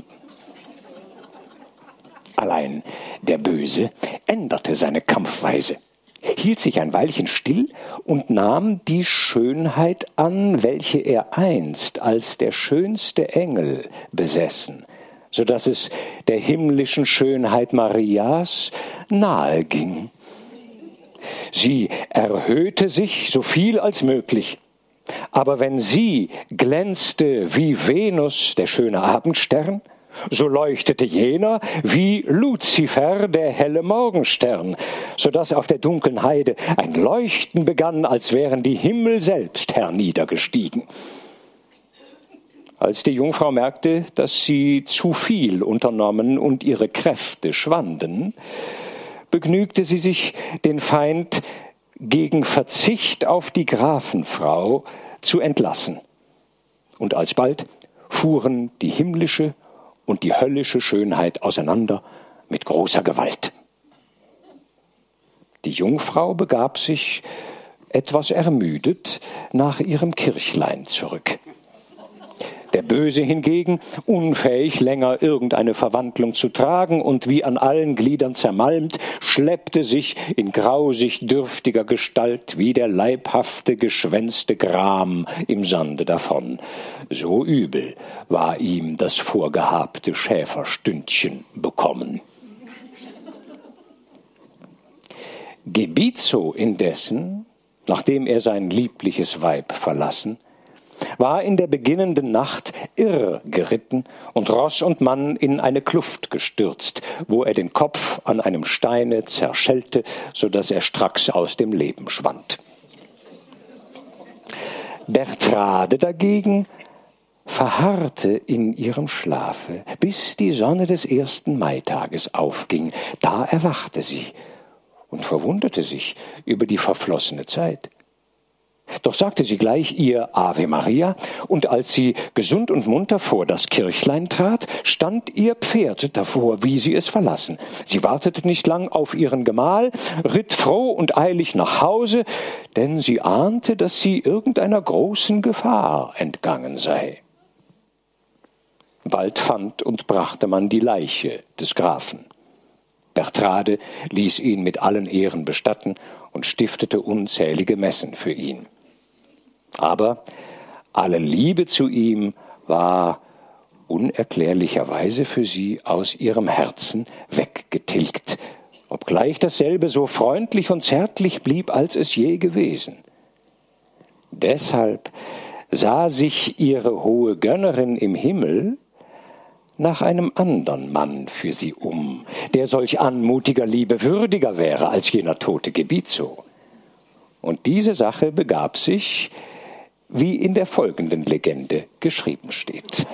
Allein der Böse änderte seine Kampfweise, hielt sich ein Weilchen still und nahm die Schönheit an, welche er einst als der schönste Engel besessen, so dass es der himmlischen Schönheit Marias nahe ging. Sie erhöhte sich so viel als möglich, aber wenn sie glänzte wie Venus, der schöne Abendstern, So leuchtete jener wie Luzifer, der helle Morgenstern, so daß auf der dunklen Heide ein Leuchten begann, als wären die Himmel selbst herniedergestiegen. Als die Jungfrau merkte, dass sie zu viel unternommen und ihre Kräfte schwanden, begnügte sie sich, den Feind gegen Verzicht auf die Grafenfrau zu entlassen. Und alsbald fuhren die himmlische und die höllische Schönheit auseinander mit großer Gewalt. Die Jungfrau begab sich, etwas ermüdet, nach ihrem Kirchlein zurück. Der Böse hingegen, unfähig länger irgendeine Verwandlung zu tragen und wie an allen Gliedern zermalmt, schleppte sich in grausig dürftiger Gestalt wie der leibhafte, geschwänzte Gram im Sande davon. So übel war ihm das vorgehabte Schäferstündchen bekommen. Gebizo indessen, nachdem er sein liebliches Weib verlassen, war in der beginnenden Nacht irr geritten und Ross und Mann in eine Kluft gestürzt, wo er den Kopf an einem Steine zerschellte, so daß er stracks aus dem Leben schwand. Bertrade dagegen verharrte in ihrem Schlafe, bis die Sonne des 1. Maitages aufging. Da erwachte sie und verwunderte sich über die verflossene Zeit. Doch sagte sie gleich ihr Ave Maria, und als sie gesund und munter vor das Kirchlein trat, stand ihr Pferd davor, wie sie es verlassen. Sie wartete nicht lang auf ihren Gemahl, ritt froh und eilig nach Hause, denn sie ahnte, dass sie irgendeiner großen Gefahr entgangen sei. Bald fand und brachte man die Leiche des Grafen. Bertrade ließ ihn mit allen Ehren bestatten und stiftete unzählige Messen für ihn. Aber alle Liebe zu ihm war unerklärlicherweise für sie aus ihrem Herzen weggetilgt, obgleich dasselbe so freundlich und zärtlich blieb, als es je gewesen. Deshalb sah sich ihre hohe Gönnerin im Himmel nach einem andern Mann für sie der solch anmutiger Liebe würdiger wäre als jener tote Gebizo. Und diese Sache begab sich, wie in der folgenden Legende geschrieben steht.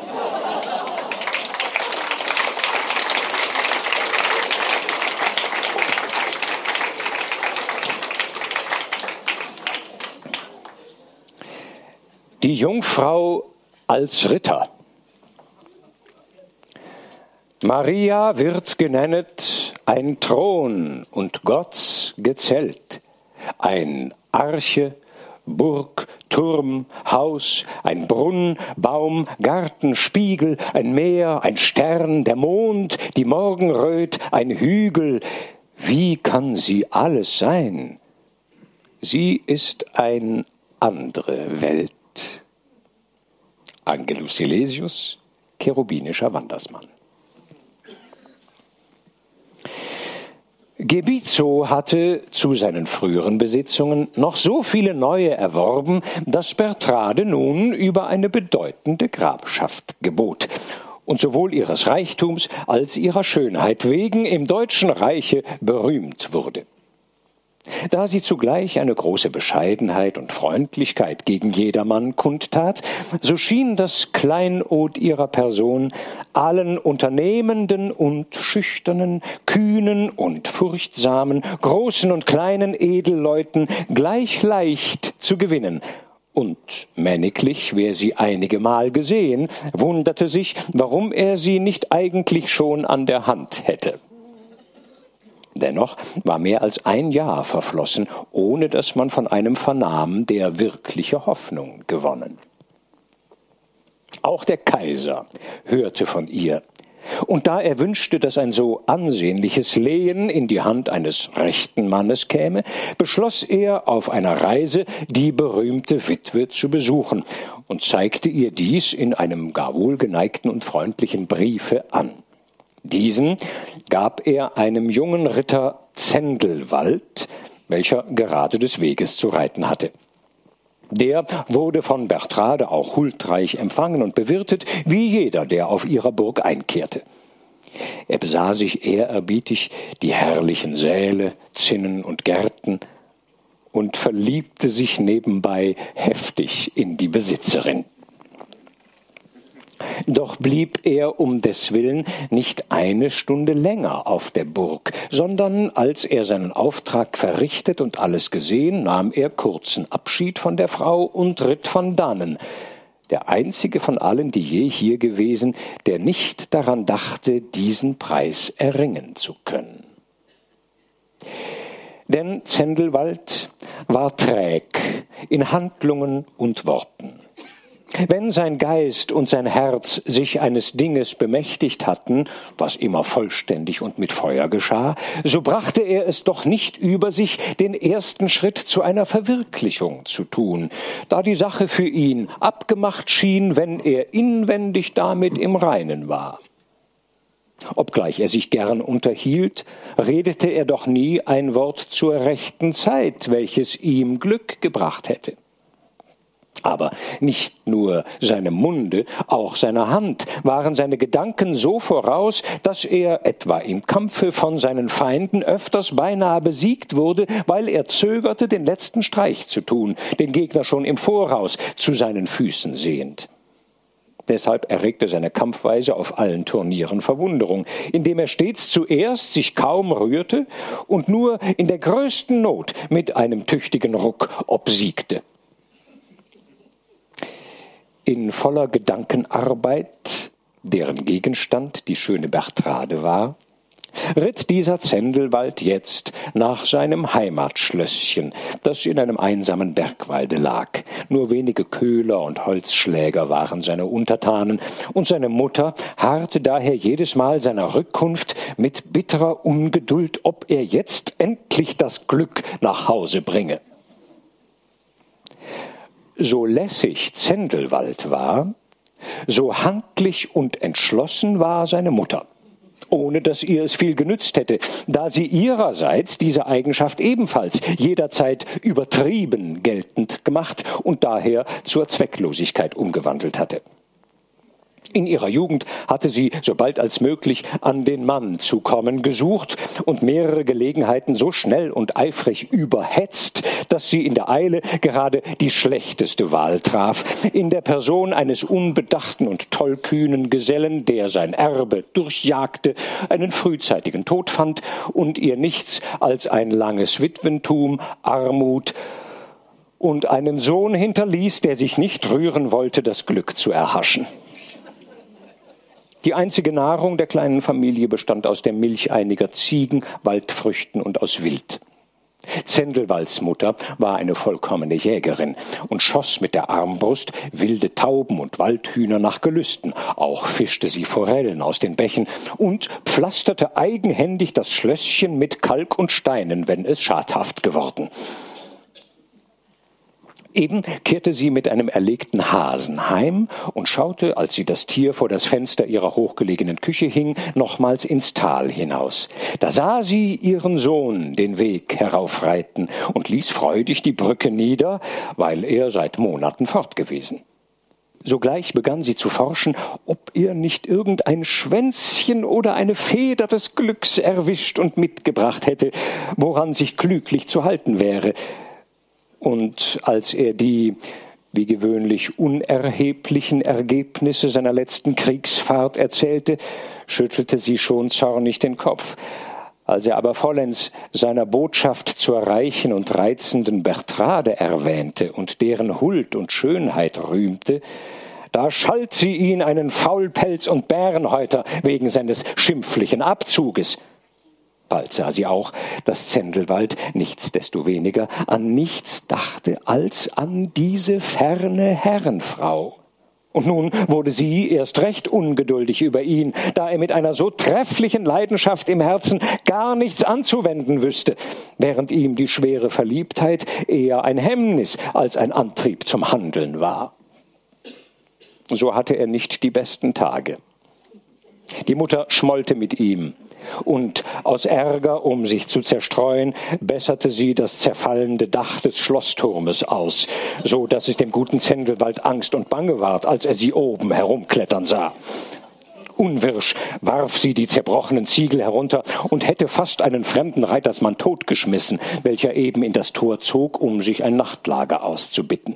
Die Jungfrau als Ritter. Maria wird genennet ein Thron und Gotts Gezelt, ein Arche, Burg, Turm, Haus, ein Brunnen, Baum, Garten, Spiegel, ein Meer, ein Stern, der Mond, die Morgenröt, ein Hügel. Wie kann sie alles sein? Sie ist ein andere Welt. Angelus Silesius, cherubinischer Wandersmann. Gebizo hatte zu seinen früheren Besitzungen noch so viele neue erworben, dass Bertrade nun über eine bedeutende Grafschaft gebot und sowohl ihres Reichtums als ihrer Schönheit wegen im Deutschen Reiche berühmt wurde. Da sie zugleich eine große Bescheidenheit und Freundlichkeit gegen jedermann kundtat, so schien das Kleinod ihrer Person allen Unternehmenden und Schüchternen, Kühnen und Furchtsamen, großen und kleinen Edelleuten gleich leicht zu gewinnen. Und männiglich, wer sie einige Mal gesehen, wunderte sich, warum er sie nicht eigentlich schon an der Hand hätte. Dennoch war mehr als ein Jahr verflossen, ohne dass man von einem vernahm, der wirkliche Hoffnung gewonnen. Auch der Kaiser hörte von ihr, und da er wünschte, dass ein so ansehnliches Lehen in die Hand eines rechten Mannes käme, beschloss er, auf einer Reise die berühmte Witwe zu besuchen und zeigte ihr dies in einem gar wohlgeneigten und freundlichen Briefe an. Diesen gab er einem jungen Ritter Zendelwald, welcher gerade des Weges zu reiten hatte. Der wurde von Bertrade auch huldreich empfangen und bewirtet, wie jeder, der auf ihrer Burg einkehrte. Er besah sich ehrerbietig die herrlichen Säle, Zinnen und Gärten und verliebte sich nebenbei heftig in die Besitzerin. Doch blieb er um deswillen nicht eine Stunde länger auf der Burg, sondern als er seinen Auftrag verrichtet und alles gesehen, nahm er kurzen Abschied von der Frau und ritt von dannen, der einzige von allen, die je hier gewesen, der nicht daran dachte, diesen Preis erringen zu können. Denn Zendelwald war träg in Handlungen und Worten. Wenn sein Geist und sein Herz sich eines Dinges bemächtigt hatten, was immer vollständig und mit Feuer geschah, so brachte er es doch nicht über sich, den ersten Schritt zu einer Verwirklichung zu tun, da die Sache für ihn abgemacht schien, wenn er inwendig damit im Reinen war. Obgleich er sich gern unterhielt, redete er doch nie ein Wort zur rechten Zeit, welches ihm Glück gebracht hätte. Aber nicht nur seinem Munde, auch seiner Hand waren seine Gedanken so voraus, dass er etwa im Kampfe von seinen Feinden öfters beinahe besiegt wurde, weil er zögerte, den letzten Streich zu tun, den Gegner schon im Voraus zu seinen Füßen sehend. Deshalb erregte seine Kampfweise auf allen Turnieren Verwunderung, indem er stets zuerst sich kaum rührte und nur in der größten Not mit einem tüchtigen Ruck obsiegte. In voller Gedankenarbeit, deren Gegenstand die schöne Bertrade war, ritt dieser Zendelwald jetzt nach seinem Heimatschlösschen, das in einem einsamen Bergwalde lag. Nur wenige Köhler und Holzschläger waren seine Untertanen, und seine Mutter harrte daher jedes Mal seiner Rückkunft mit bitterer Ungeduld, ob er jetzt endlich das Glück nach Hause bringe. So lässig Zendelwald war, so handlich und entschlossen war seine Mutter, ohne dass ihr es viel genützt hätte, da sie ihrerseits diese Eigenschaft ebenfalls jederzeit übertrieben geltend gemacht und daher zur Zwecklosigkeit umgewandelt hatte. In ihrer Jugend hatte sie, sobald als möglich, an den Mann zu kommen gesucht und mehrere Gelegenheiten so schnell und eifrig überhetzt, dass sie in der Eile gerade die schlechteste Wahl traf, in der Person eines unbedachten und tollkühnen Gesellen, der sein Erbe durchjagte, einen frühzeitigen Tod fand und ihr nichts als ein langes Witwentum, Armut und einen Sohn hinterließ, der sich nicht rühren wollte, das Glück zu erhaschen. Die einzige Nahrung der kleinen Familie bestand aus der Milch einiger Ziegen, Waldfrüchten und aus Wild. Zendelwalds Mutter war eine vollkommene Jägerin und schoss mit der Armbrust wilde Tauben und Waldhühner nach Gelüsten. Auch fischte sie Forellen aus den Bächen und pflasterte eigenhändig das Schlösschen mit Kalk und Steinen, wenn es schadhaft geworden. Eben kehrte sie mit einem erlegten Hasen heim und schaute, als sie das Tier vor das Fenster ihrer hochgelegenen Küche hing, nochmals ins Tal hinaus. Da sah sie ihren Sohn den Weg heraufreiten und ließ freudig die Brücke nieder, weil er seit Monaten fort gewesen. Sogleich begann sie zu forschen, ob ihr nicht irgendein Schwänzchen oder eine Feder des Glücks erwischt und mitgebracht hätte, woran sich klüglich zu halten wäre. Und als er die, wie gewöhnlich, unerheblichen Ergebnisse seiner letzten Kriegsfahrt erzählte, schüttelte sie schon zornig den Kopf. Als er aber vollends seiner Botschaft zur reichen und reizenden Bertrade erwähnte und deren Huld und Schönheit rühmte, da schalt sie ihn einen Faulpelz und Bärenhäuter wegen seines schimpflichen Abzuges. Bald sah sie auch, dass Zendelwald nichtsdestoweniger an nichts dachte als an diese ferne Herrenfrau. Und nun wurde sie erst recht ungeduldig über ihn, da er mit einer so trefflichen Leidenschaft im Herzen gar nichts anzuwenden wüsste, während ihm die schwere Verliebtheit eher ein Hemmnis als ein Antrieb zum Handeln war. So hatte er nicht die besten Tage. Die Mutter schmollte mit ihm. Und aus Ärger, um sich zu zerstreuen, besserte sie das zerfallende Dach des Schlossturmes aus, so dass es dem guten Zendelwald Angst und Bange ward, als er sie oben herumklettern sah. Unwirsch warf sie die zerbrochenen Ziegel herunter und hätte fast einen fremden Reitersmann totgeschmissen, welcher eben in das Tor zog, um sich ein Nachtlager auszubitten.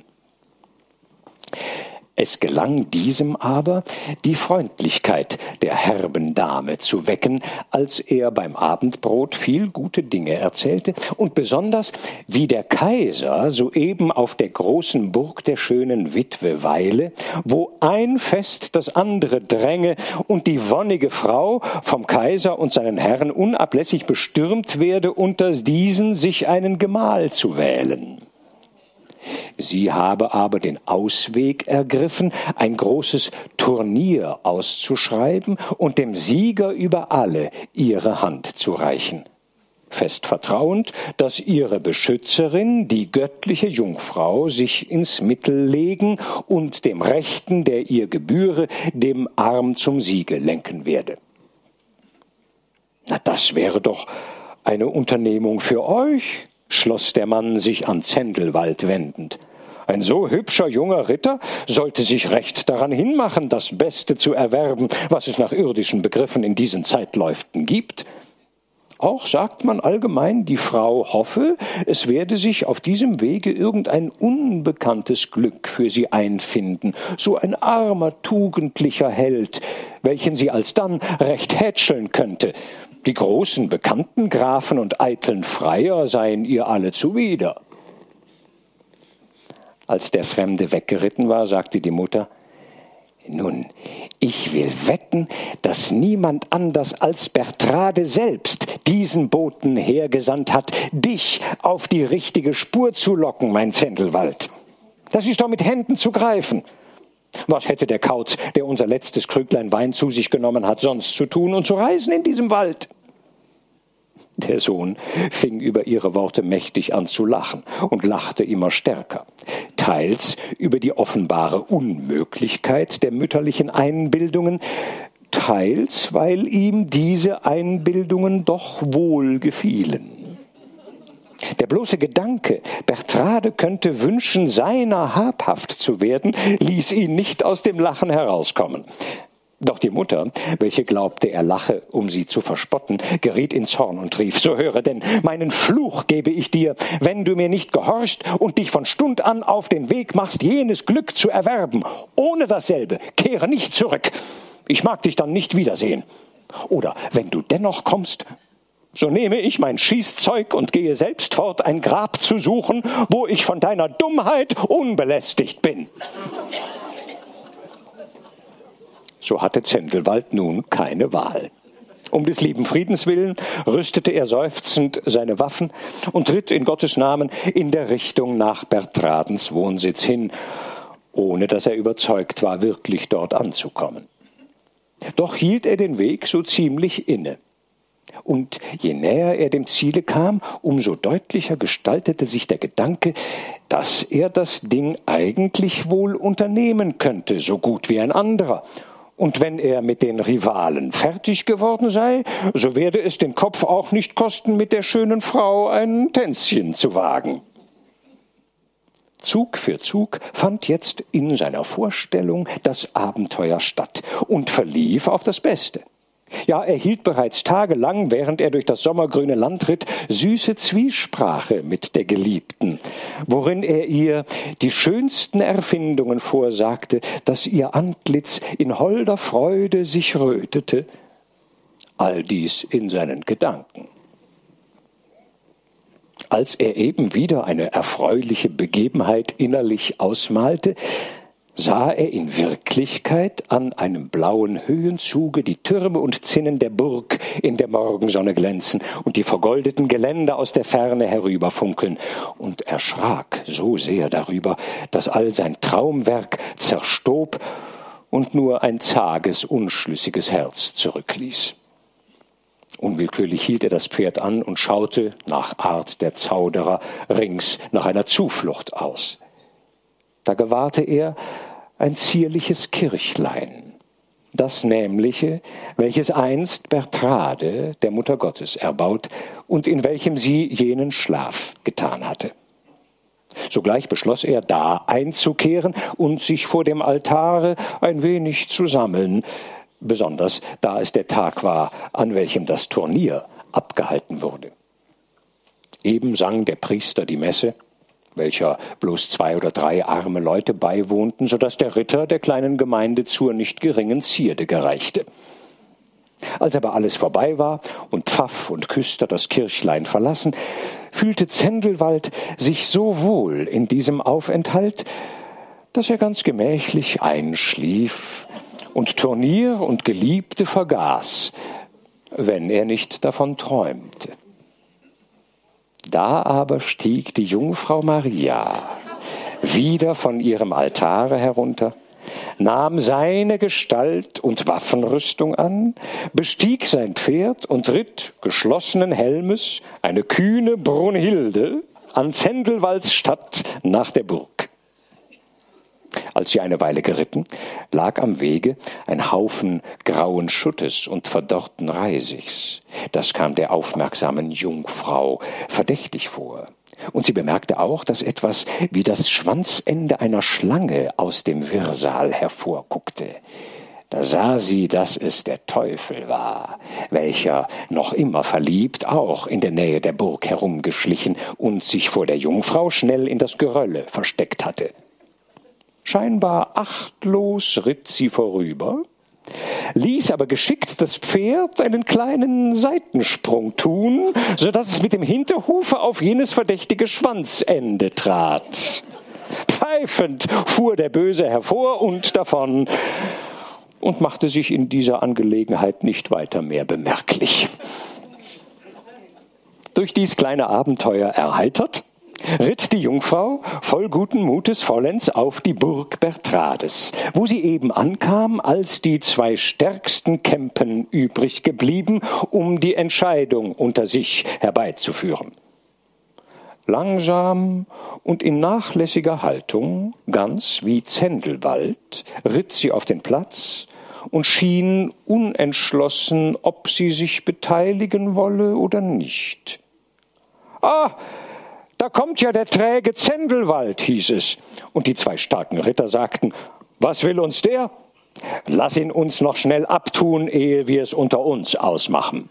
Es gelang diesem aber, die Freundlichkeit der herben Dame zu wecken, als er beim Abendbrot viel gute Dinge erzählte und besonders, wie der Kaiser soeben auf der großen Burg der schönen Witwe weile, wo ein Fest das andere dränge und die wonnige Frau vom Kaiser und seinen Herren unablässig bestürmt werde, unter diesen sich einen Gemahl zu wählen. Sie habe aber den Ausweg ergriffen, ein großes Turnier auszuschreiben und dem Sieger über alle ihre Hand zu reichen, fest vertrauend, dass ihre Beschützerin, die göttliche Jungfrau, sich ins Mittel legen und dem Rechten, der ihr gebühre, dem Arm zum Siege lenken werde. Na, das wäre doch eine Unternehmung für euch, schloss der Mann sich an Zendelwald wendend. Ein so hübscher junger Ritter sollte sich recht daran hinmachen, das Beste zu erwerben, was es nach irdischen Begriffen in diesen Zeitläuften gibt. Auch sagt man allgemein, die Frau hoffe, es werde sich auf diesem Wege irgendein unbekanntes Glück für sie einfinden, so ein armer, tugendlicher Held, welchen sie alsdann recht hätscheln könnte. Die großen, bekannten Grafen und eitlen Freier seien ihr alle zuwider. Als der Fremde weggeritten war, sagte die Mutter: Nun, ich will wetten, dass niemand anders als Bertrade selbst diesen Boten hergesandt hat, dich auf die richtige Spur zu locken, mein Zendelwald. Das ist doch mit Händen zu greifen. Was hätte der Kauz, der unser letztes Krüglein Wein zu sich genommen hat, sonst zu tun und zu reisen in diesem Wald? Der Sohn fing über ihre Worte mächtig an zu lachen und lachte immer stärker, teils über die offenbare Unmöglichkeit der mütterlichen Einbildungen, teils, weil ihm diese Einbildungen doch wohl gefielen. Der bloße Gedanke, Bertrade könnte wünschen, seiner habhaft zu werden, ließ ihn nicht aus dem Lachen herauskommen. Doch die Mutter, welche glaubte, er lache, um sie zu verspotten, geriet in Zorn und rief: So höre denn, meinen Fluch gebe ich dir, wenn du mir nicht gehorchst und dich von Stund an auf den Weg machst, jenes Glück zu erwerben. Ohne dasselbe kehre nicht zurück. Ich mag dich dann nicht wiedersehen. Oder wenn du dennoch kommst, so nehme ich mein Schießzeug und gehe selbst fort, ein Grab zu suchen, wo ich von deiner Dummheit unbelästigt bin. So hatte Zendelwald nun keine Wahl. Um des lieben Friedens willen rüstete er seufzend seine Waffen und ritt in Gottes Namen in der Richtung nach Bertradens Wohnsitz hin, ohne dass er überzeugt war, wirklich dort anzukommen. Doch hielt er den Weg so ziemlich inne. Und je näher er dem Ziele kam, umso deutlicher gestaltete sich der Gedanke, dass er das Ding eigentlich wohl unternehmen könnte, so gut wie ein anderer. Und wenn er mit den Rivalen fertig geworden sei, so werde es den Kopf auch nicht kosten, mit der schönen Frau ein Tänzchen zu wagen. Zug für Zug fand jetzt in seiner Vorstellung das Abenteuer statt und verlief auf das Beste. Ja, er hielt bereits tagelang, während er durch das sommergrüne Land ritt, süße Zwiesprache mit der Geliebten, worin er ihr die schönsten Erfindungen vorsagte, dass ihr Antlitz in holder Freude sich rötete, all dies in seinen Gedanken. Als er eben wieder eine erfreuliche Begebenheit innerlich ausmalte, sah er in Wirklichkeit an einem blauen Höhenzuge die Türme und Zinnen der Burg in der Morgensonne glänzen und die vergoldeten Geländer aus der Ferne herüberfunkeln und erschrak so sehr darüber, dass all sein Traumwerk zerstob und nur ein zages, unschlüssiges Herz zurückließ. Unwillkürlich hielt er das Pferd an und schaute, nach Art der Zauderer, rings nach einer Zuflucht aus. Da gewahrte er ein zierliches Kirchlein, das Nämliche, welches einst Bertrade, der Mutter Gottes, erbaut und in welchem sie jenen Schlaf getan hatte. Sogleich beschloss er, da einzukehren und sich vor dem Altare ein wenig zu sammeln, besonders da es der Tag war, an welchem das Turnier abgehalten wurde. Eben sang der Priester die Messe, welcher bloß 2 oder 3 arme Leute beiwohnten, so dass der Ritter der kleinen Gemeinde zur nicht geringen Zierde gereichte. Als aber alles vorbei war und Pfaff und Küster das Kirchlein verlassen, fühlte Zendelwald sich so wohl in diesem Aufenthalt, dass er ganz gemächlich einschlief und Turnier und Geliebte vergaß, wenn er nicht davon träumte. Da aber stieg die Jungfrau Maria wieder von ihrem Altare herunter, nahm seine Gestalt und Waffenrüstung an, bestieg sein Pferd und ritt geschlossenen Helmes, eine kühne Brunhilde, an Zendelwalds Stadt nach der Burg. Als sie eine Weile geritten, lag am Wege ein Haufen grauen Schuttes und verdorrten Reisigs. Das kam der aufmerksamen Jungfrau verdächtig vor. Und sie bemerkte auch, dass etwas wie das Schwanzende einer Schlange aus dem Wirrsal hervorguckte. Da sah sie, dass es der Teufel war, welcher, noch immer verliebt, auch in der Nähe der Burg herumgeschlichen und sich vor der Jungfrau schnell in das Gerölle versteckt hatte. Scheinbar achtlos ritt sie vorüber, ließ aber geschickt das Pferd einen kleinen Seitensprung tun, so dass es mit dem Hinterhufe auf jenes verdächtige Schwanzende trat. Pfeifend fuhr der Böse hervor und davon und machte sich in dieser Angelegenheit nicht weiter mehr bemerklich. Durch dies kleine Abenteuer erheitert, ritt die Jungfrau voll guten Mutes vollends auf die Burg Bertrades, wo sie eben ankam, als die 2 stärksten Kämpen übrig geblieben, um die Entscheidung unter sich herbeizuführen. Langsam und in nachlässiger Haltung, ganz wie Zendelwald, ritt sie auf den Platz und schien unentschlossen, ob sie sich beteiligen wolle oder nicht. »Ah, da kommt ja der träge Zendelwald«, hieß es, und die 2 starken Ritter sagten, »Was will uns der? Lass ihn uns noch schnell abtun, ehe wir es unter uns ausmachen.«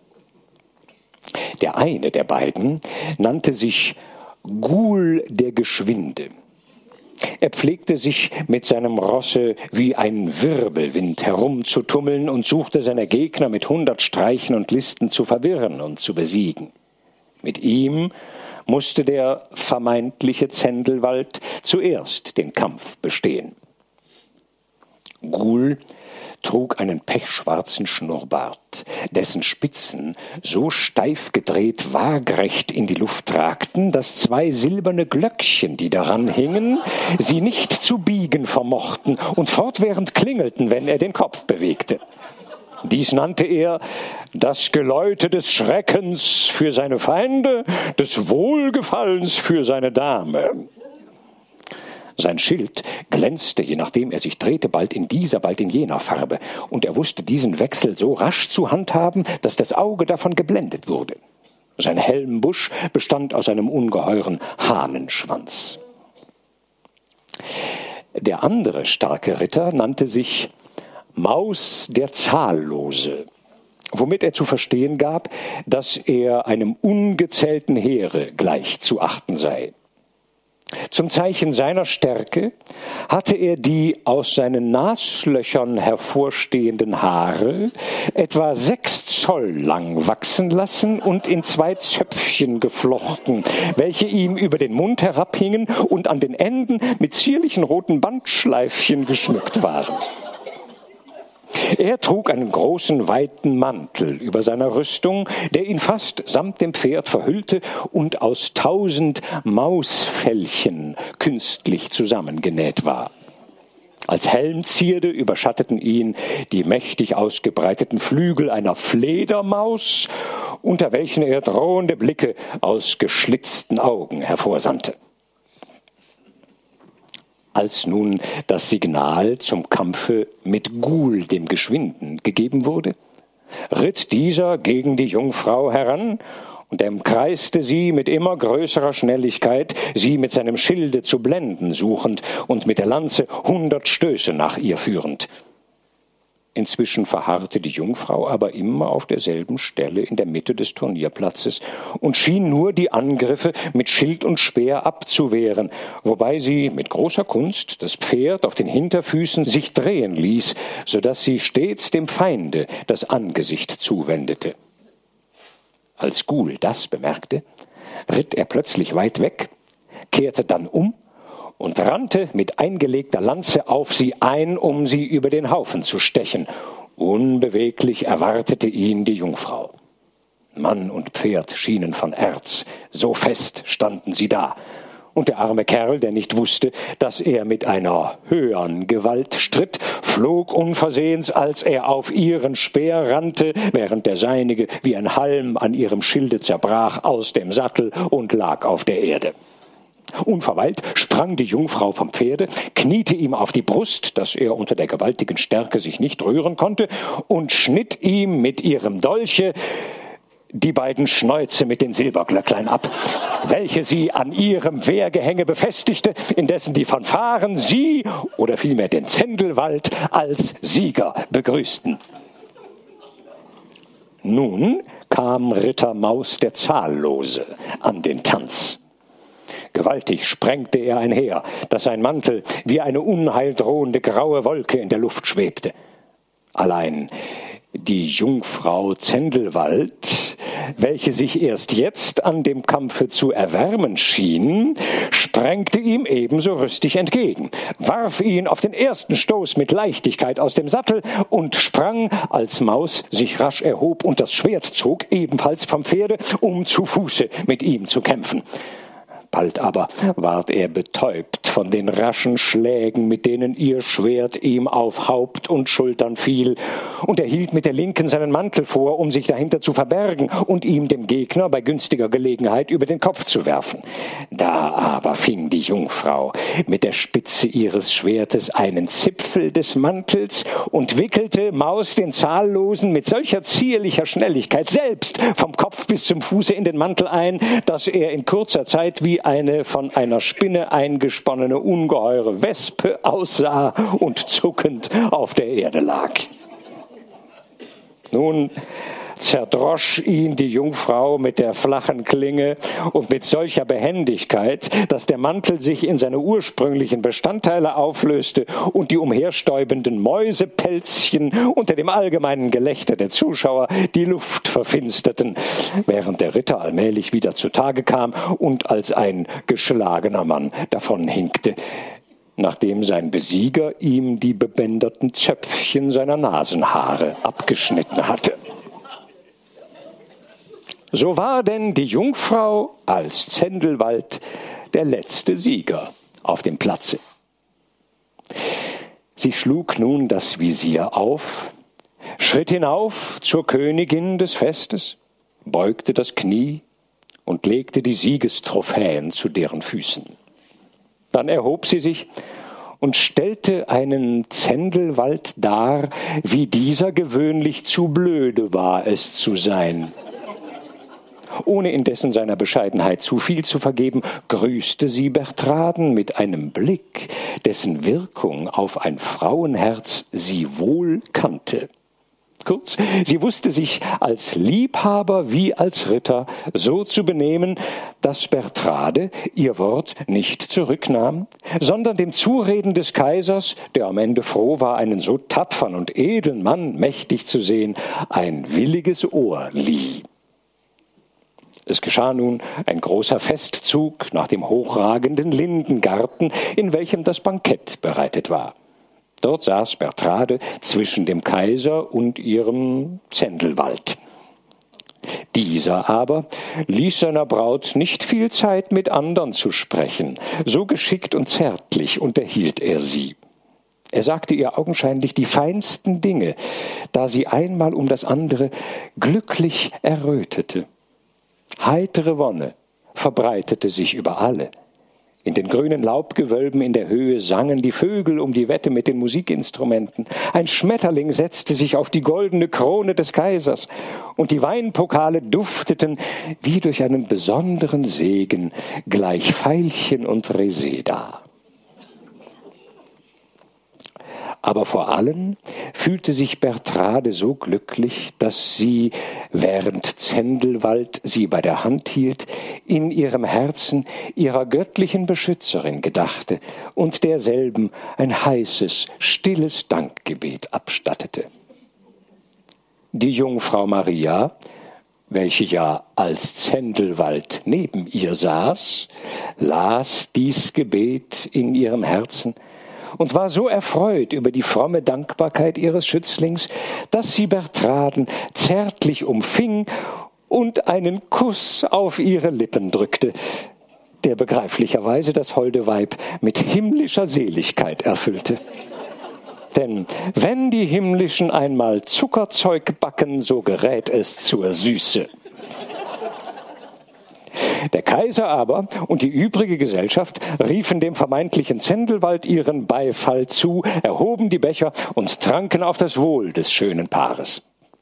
Der eine der beiden nannte sich Gul der Geschwinde. Er pflegte sich mit seinem Rosse wie ein Wirbelwind herumzutummeln und suchte seine Gegner mit 100 Streichen und Listen zu verwirren und zu besiegen. Mit ihm musste der vermeintliche Zendelwald zuerst den Kampf bestehen. Gul trug einen pechschwarzen Schnurrbart, dessen Spitzen so steif gedreht waagrecht in die Luft ragten, dass 2 silberne Glöckchen, die daran hingen, sie nicht zu biegen vermochten und fortwährend klingelten, wenn er den Kopf bewegte. Dies nannte er das Geläute des Schreckens für seine Feinde, des Wohlgefallens für seine Dame. Sein Schild glänzte, je nachdem er sich drehte, bald in dieser, bald in jener Farbe, und er wusste diesen Wechsel so rasch zu handhaben, dass das Auge davon geblendet wurde. Sein Helmbusch bestand aus einem ungeheuren Hahnenschwanz. Der andere starke Ritter nannte sich Maus der Zahllose, womit er zu verstehen gab, dass er einem ungezählten Heere gleich zu achten sei. Zum Zeichen seiner Stärke hatte er die aus seinen Naslöchern hervorstehenden Haare etwa 6 Zoll lang wachsen lassen und in 2 Zöpfchen geflochten, welche ihm über den Mund herabhingen und an den Enden mit zierlichen roten Bandschleifchen geschmückt waren. Er trug einen großen, weiten Mantel über seiner Rüstung, der ihn fast samt dem Pferd verhüllte und aus 1000 Mausfellchen künstlich zusammengenäht war. Als Helmzierde überschatteten ihn die mächtig ausgebreiteten Flügel einer Fledermaus, unter welchen er drohende Blicke aus geschlitzten Augen hervorsandte. Als nun das Signal zum Kampfe mit Gul, dem Geschwinden, gegeben wurde, ritt dieser gegen die Jungfrau heran und umkreiste sie mit immer größerer Schnelligkeit, sie mit seinem Schilde zu blenden suchend und mit der Lanze 100 Stöße nach ihr führend. Inzwischen verharrte die Jungfrau aber immer auf derselben Stelle in der Mitte des Turnierplatzes und schien nur die Angriffe mit Schild und Speer abzuwehren, wobei sie mit großer Kunst das Pferd auf den Hinterfüßen sich drehen ließ, so dass sie stets dem Feinde das Angesicht zuwendete. Als Gul das bemerkte, ritt er plötzlich weit weg, kehrte dann um und rannte mit eingelegter Lanze auf sie ein, um sie über den Haufen zu stechen. Unbeweglich erwartete ihn die Jungfrau. Mann und Pferd schienen von Erz, so fest standen sie da. Und der arme Kerl, der nicht wusste, dass er mit einer höheren Gewalt stritt, flog unversehens, als er auf ihren Speer rannte, während der seinige wie ein Halm an ihrem Schilde zerbrach, aus dem Sattel und lag auf der Erde. Unverweilt sprang die Jungfrau vom Pferde, kniete ihm auf die Brust, dass er unter der gewaltigen Stärke sich nicht rühren konnte, und schnitt ihm mit ihrem Dolche die beiden Schnäuze mit den Silberglöcklein ab, welche sie an ihrem Wehrgehänge befestigte, indessen die Fanfaren sie, oder vielmehr den Zendelwald, als Sieger begrüßten. Nun kam Ritter Maus der Zahllose an den Tanz. Gewaltig sprengte er einher, dass sein Mantel wie eine unheildrohende graue Wolke in der Luft schwebte. Allein die Jungfrau Zendelwald, welche sich erst jetzt an dem Kampfe zu erwärmen schien, sprengte ihm ebenso rüstig entgegen, warf ihn auf den ersten Stoß mit Leichtigkeit aus dem Sattel und sprang, als Maus sich rasch erhob und das Schwert zog, ebenfalls vom Pferde, um zu Fuße mit ihm zu kämpfen. Bald aber ward er betäubt von den raschen Schlägen, mit denen ihr Schwert ihm auf Haupt und Schultern fiel, und er hielt mit der Linken seinen Mantel vor, um sich dahinter zu verbergen und ihm dem Gegner bei günstiger Gelegenheit über den Kopf zu werfen. Da aber fing die Jungfrau mit der Spitze ihres Schwertes einen Zipfel des Mantels und wickelte Maus den Zahllosen mit solcher zierlicher Schnelligkeit selbst vom Kopf bis zum Fuße in den Mantel ein, dass er in kurzer Zeit wie eine von einer Spinne eingesponnene ungeheure Wespe aussah und zuckend auf der Erde lag. Nun zerdrosch ihn die Jungfrau mit der flachen Klinge und mit solcher Behendigkeit, dass der Mantel sich in seine ursprünglichen Bestandteile auflöste und die umherstäubenden Mäusepelzchen unter dem allgemeinen Gelächter der Zuschauer die Luft verfinsterten, während der Ritter allmählich wieder zutage kam und als ein geschlagener Mann davonhinkte, nachdem sein Besieger ihm die bebänderten Zöpfchen seiner Nasenhaare abgeschnitten hatte. So war denn die Jungfrau als Zendelwald der letzte Sieger auf dem Platze. Sie schlug nun das Visier auf, schritt hinauf zur Königin des Festes, beugte das Knie und legte die Siegestrophäen zu deren Füßen. Dann erhob sie sich und stellte einen Zendelwald dar, wie dieser gewöhnlich zu blöde war, es zu sein. Ohne indessen seiner Bescheidenheit zu viel zu vergeben, grüßte sie Bertraden mit einem Blick, dessen Wirkung auf ein Frauenherz sie wohl kannte. Kurz, sie wusste sich als Liebhaber wie als Ritter so zu benehmen, dass Bertrade ihr Wort nicht zurücknahm, sondern dem Zureden des Kaisers, der am Ende froh war, einen so tapfern und edlen Mann mächtig zu sehen, ein williges Ohr lieh. Es geschah nun ein großer Festzug nach dem hochragenden Lindengarten, in welchem das Bankett bereitet war. Dort saß Bertrade zwischen dem Kaiser und ihrem Zendelwald. Dieser aber ließ seiner Braut nicht viel Zeit, mit andern zu sprechen. So geschickt und zärtlich unterhielt er sie. Er sagte ihr augenscheinlich die feinsten Dinge, da sie einmal um das andere glücklich errötete. Heitere Wonne verbreitete sich über alle. In den grünen Laubgewölben in der Höhe sangen die Vögel um die Wette mit den Musikinstrumenten. Ein Schmetterling setzte sich auf die goldene Krone des Kaisers, und die Weinpokale dufteten wie durch einen besonderen Segen gleich Veilchen und Reseda. Aber vor allem fühlte sich Bertrade so glücklich, dass sie, während Zendelwald sie bei der Hand hielt, in ihrem Herzen ihrer göttlichen Beschützerin gedachte und derselben ein heißes, stilles Dankgebet abstattete. Die Jungfrau Maria, welche ja als Zendelwald neben ihr saß, las dies Gebet in ihrem Herzen und war so erfreut über die fromme Dankbarkeit ihres Schützlings, dass sie Bertraden zärtlich umfing und einen Kuss auf ihre Lippen drückte, der begreiflicherweise das holde Weib mit himmlischer Seligkeit erfüllte. Denn wenn die Himmlischen einmal Zuckerzeug backen, so gerät es zur Süße. Der Kaiser aber und die übrige Gesellschaft riefen dem vermeintlichen Zendelwald ihren Beifall zu, erhoben die Becher und tranken auf das Wohl des schönen Paares.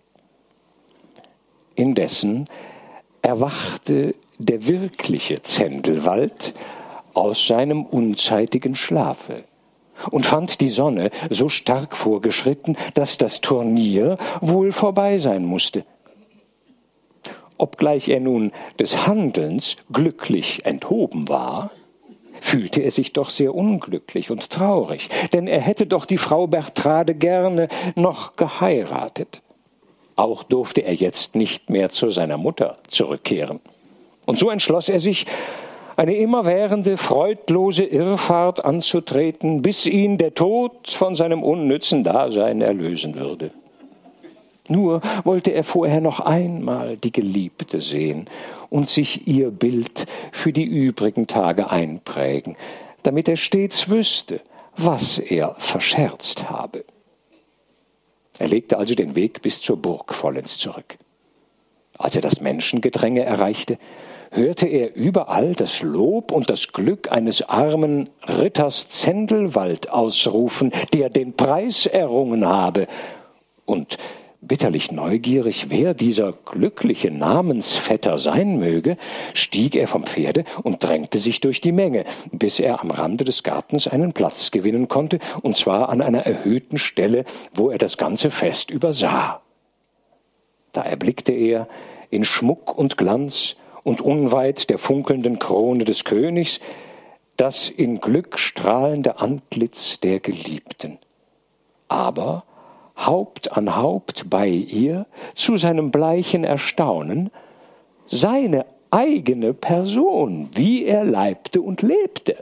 Indessen erwachte der wirkliche Zendelwald aus seinem unzeitigen Schlafe und fand die Sonne so stark vorgeschritten, dass das Turnier wohl vorbei sein musste. Obgleich er nun des Handelns glücklich enthoben war, fühlte er sich doch sehr unglücklich und traurig, denn er hätte doch die Frau Bertrade gerne noch geheiratet. Auch durfte er jetzt nicht mehr zu seiner Mutter zurückkehren. Und so entschloss er sich, eine immerwährende, freudlose Irrfahrt anzutreten, bis ihn der Tod von seinem unnützen Dasein erlösen würde. Nur wollte er vorher noch einmal die Geliebte sehen und sich ihr Bild für die übrigen Tage einprägen, damit er stets wüsste, was er verscherzt habe. Er legte also den Weg bis zur Burg vollends zurück. Als er das Menschengedränge erreichte, hörte er überall das Lob und das Glück eines armen Ritters Zendelwald ausrufen, der den Preis errungen habe. Und bitterlich neugierig, wer dieser glückliche Namensvetter sein möge, stieg er vom Pferde und drängte sich durch die Menge, bis er am Rande des Gartens einen Platz gewinnen konnte, und zwar an einer erhöhten Stelle, wo er das ganze Fest übersah. Da erblickte er in Schmuck und Glanz und unweit der funkelnden Krone des Königs das in Glück strahlende Antlitz der Geliebten. Aber Haupt an Haupt bei ihr, zu seinem bleichen Erstaunen, seine eigene Person, wie er leibte und lebte.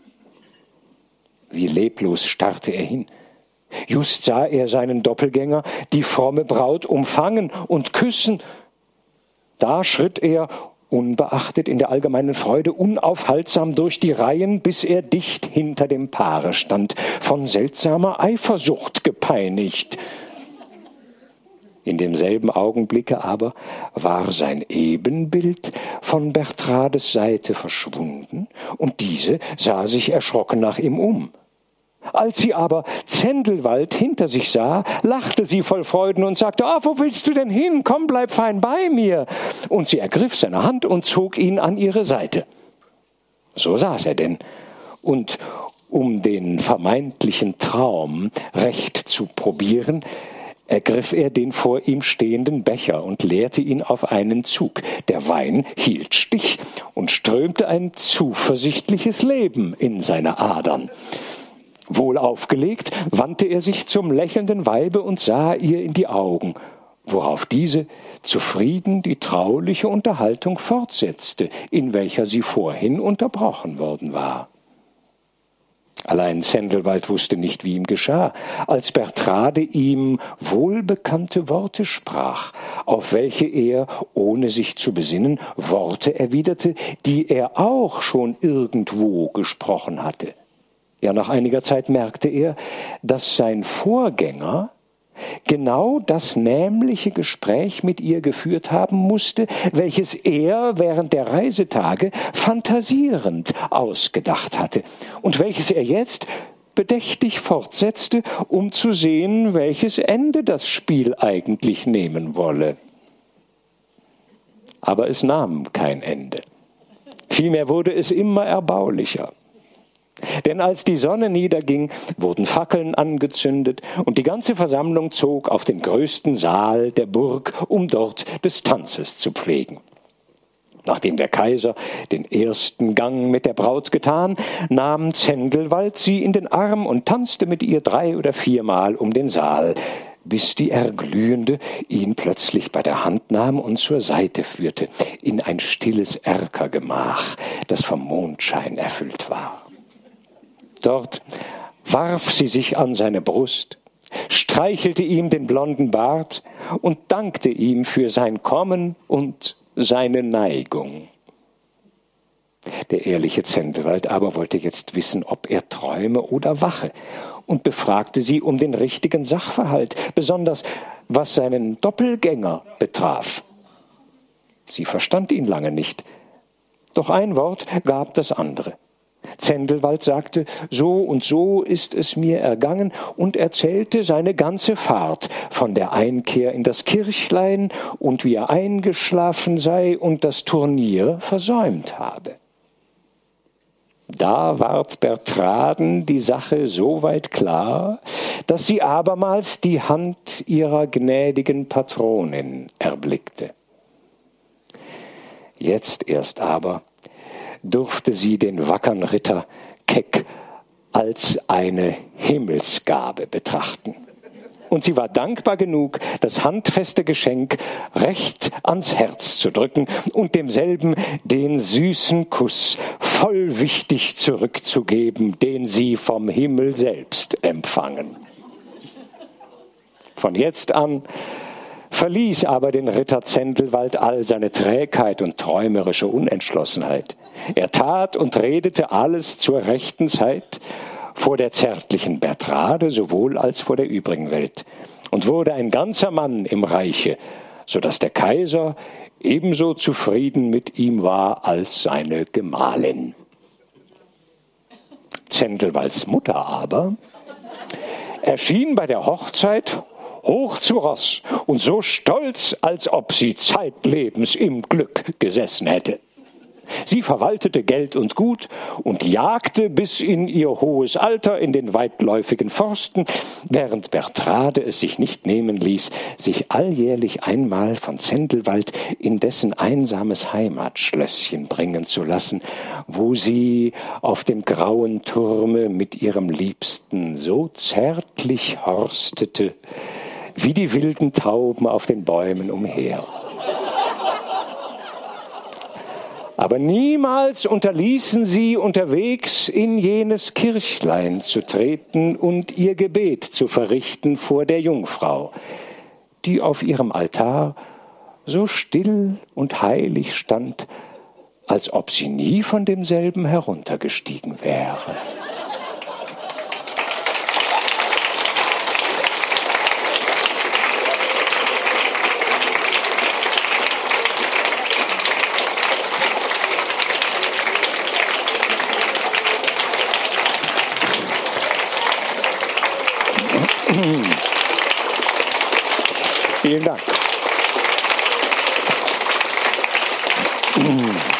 Wie leblos starrte er hin. Just sah er seinen Doppelgänger, die fromme Braut, umfangen und küssen. Da schritt er, unbeachtet in der allgemeinen Freude, unaufhaltsam durch die Reihen, bis er dicht hinter dem Paare stand, von seltsamer Eifersucht gepeinigt. In demselben Augenblicke aber war sein Ebenbild von Bertrades Seite verschwunden, und diese sah sich erschrocken nach ihm um. Als sie aber Zendelwald hinter sich sah, lachte sie voll Freuden und sagte: »Ah, wo willst du denn hin? Komm, bleib fein bei mir!« Und sie ergriff seine Hand und zog ihn an ihre Seite. So saß er denn, und um den vermeintlichen Traum recht zu probieren, ergriff er den vor ihm stehenden Becher und leerte ihn auf einen Zug. Der Wein hielt Stich und strömte ein zuversichtliches Leben in seine Adern. Wohl aufgelegt, wandte er sich zum lächelnden Weibe und sah ihr in die Augen, worauf diese zufrieden die trauliche Unterhaltung fortsetzte, in welcher sie vorhin unterbrochen worden war. Allein Zendelwald wusste nicht, wie ihm geschah, als Bertrade ihm wohlbekannte Worte sprach, auf welche er, ohne sich zu besinnen, Worte erwiderte, die er auch schon irgendwo gesprochen hatte. Ja, nach einiger Zeit merkte er, dass sein Vorgänger genau das nämliche Gespräch mit ihr geführt haben musste, welches er während der Reisetage fantasierend ausgedacht hatte und welches er jetzt bedächtig fortsetzte, um zu sehen, welches Ende das Spiel eigentlich nehmen wolle. Aber es nahm kein Ende. Vielmehr wurde es immer erbaulicher. Denn als die Sonne niederging, wurden Fackeln angezündet und die ganze Versammlung zog auf den größten Saal der Burg, um dort des Tanzes zu pflegen. Nachdem der Kaiser den ersten Gang mit der Braut getan, nahm Zendelwald sie in den Arm und tanzte mit ihr 3 oder 4 Mal um den Saal, bis die Erglühende ihn plötzlich bei der Hand nahm und zur Seite führte, in ein stilles Erkergemach, das vom Mondschein erfüllt war. Dort warf sie sich an seine Brust, streichelte ihm den blonden Bart und dankte ihm für sein Kommen und seine Neigung. Der ehrliche Zendelwald aber wollte jetzt wissen, ob er träume oder wache, und befragte sie um den richtigen Sachverhalt, besonders was seinen Doppelgänger betraf. Sie verstand ihn lange nicht, doch ein Wort gab das andere. Zendelwald sagte, so und so ist es mir ergangen, und erzählte seine ganze Fahrt von der Einkehr in das Kirchlein und wie er eingeschlafen sei und das Turnier versäumt habe. Da ward Bertraden die Sache so weit klar, dass sie abermals die Hand ihrer gnädigen Patronin erblickte. Jetzt erst aber durfte sie den wackern Ritter keck als eine Himmelsgabe betrachten. Und sie war dankbar genug, das handfeste Geschenk recht ans Herz zu drücken und demselben den süßen Kuss vollwichtig zurückzugeben, den sie vom Himmel selbst empfangen. Von jetzt an verließ aber den Ritter Zendelwald all seine Trägheit und träumerische Unentschlossenheit. Er tat und redete alles zur rechten Zeit, vor der zärtlichen Bertrade sowohl als vor der übrigen Welt, und wurde ein ganzer Mann im Reiche, so dass der Kaiser ebenso zufrieden mit ihm war als seine Gemahlin. Zendelwalds Mutter aber erschien bei der Hochzeit hoch zu Ross und so stolz, als ob sie zeitlebens im Glück gesessen hätte. Sie verwaltete Geld und Gut und jagte bis in ihr hohes Alter in den weitläufigen Forsten, während Bertrade es sich nicht nehmen ließ, sich alljährlich einmal von Zendelwald in dessen einsames Heimatschlösschen bringen zu lassen, wo sie auf dem grauen Turme mit ihrem Liebsten so zärtlich horstete, wie die wilden Tauben auf den Bäumen umher. Aber niemals unterließen sie, unterwegs in jenes Kirchlein zu treten und ihr Gebet zu verrichten vor der Jungfrau, die auf ihrem Altar so still und heilig stand, als ob sie nie von demselben heruntergestiegen wäre. Vielen Dank.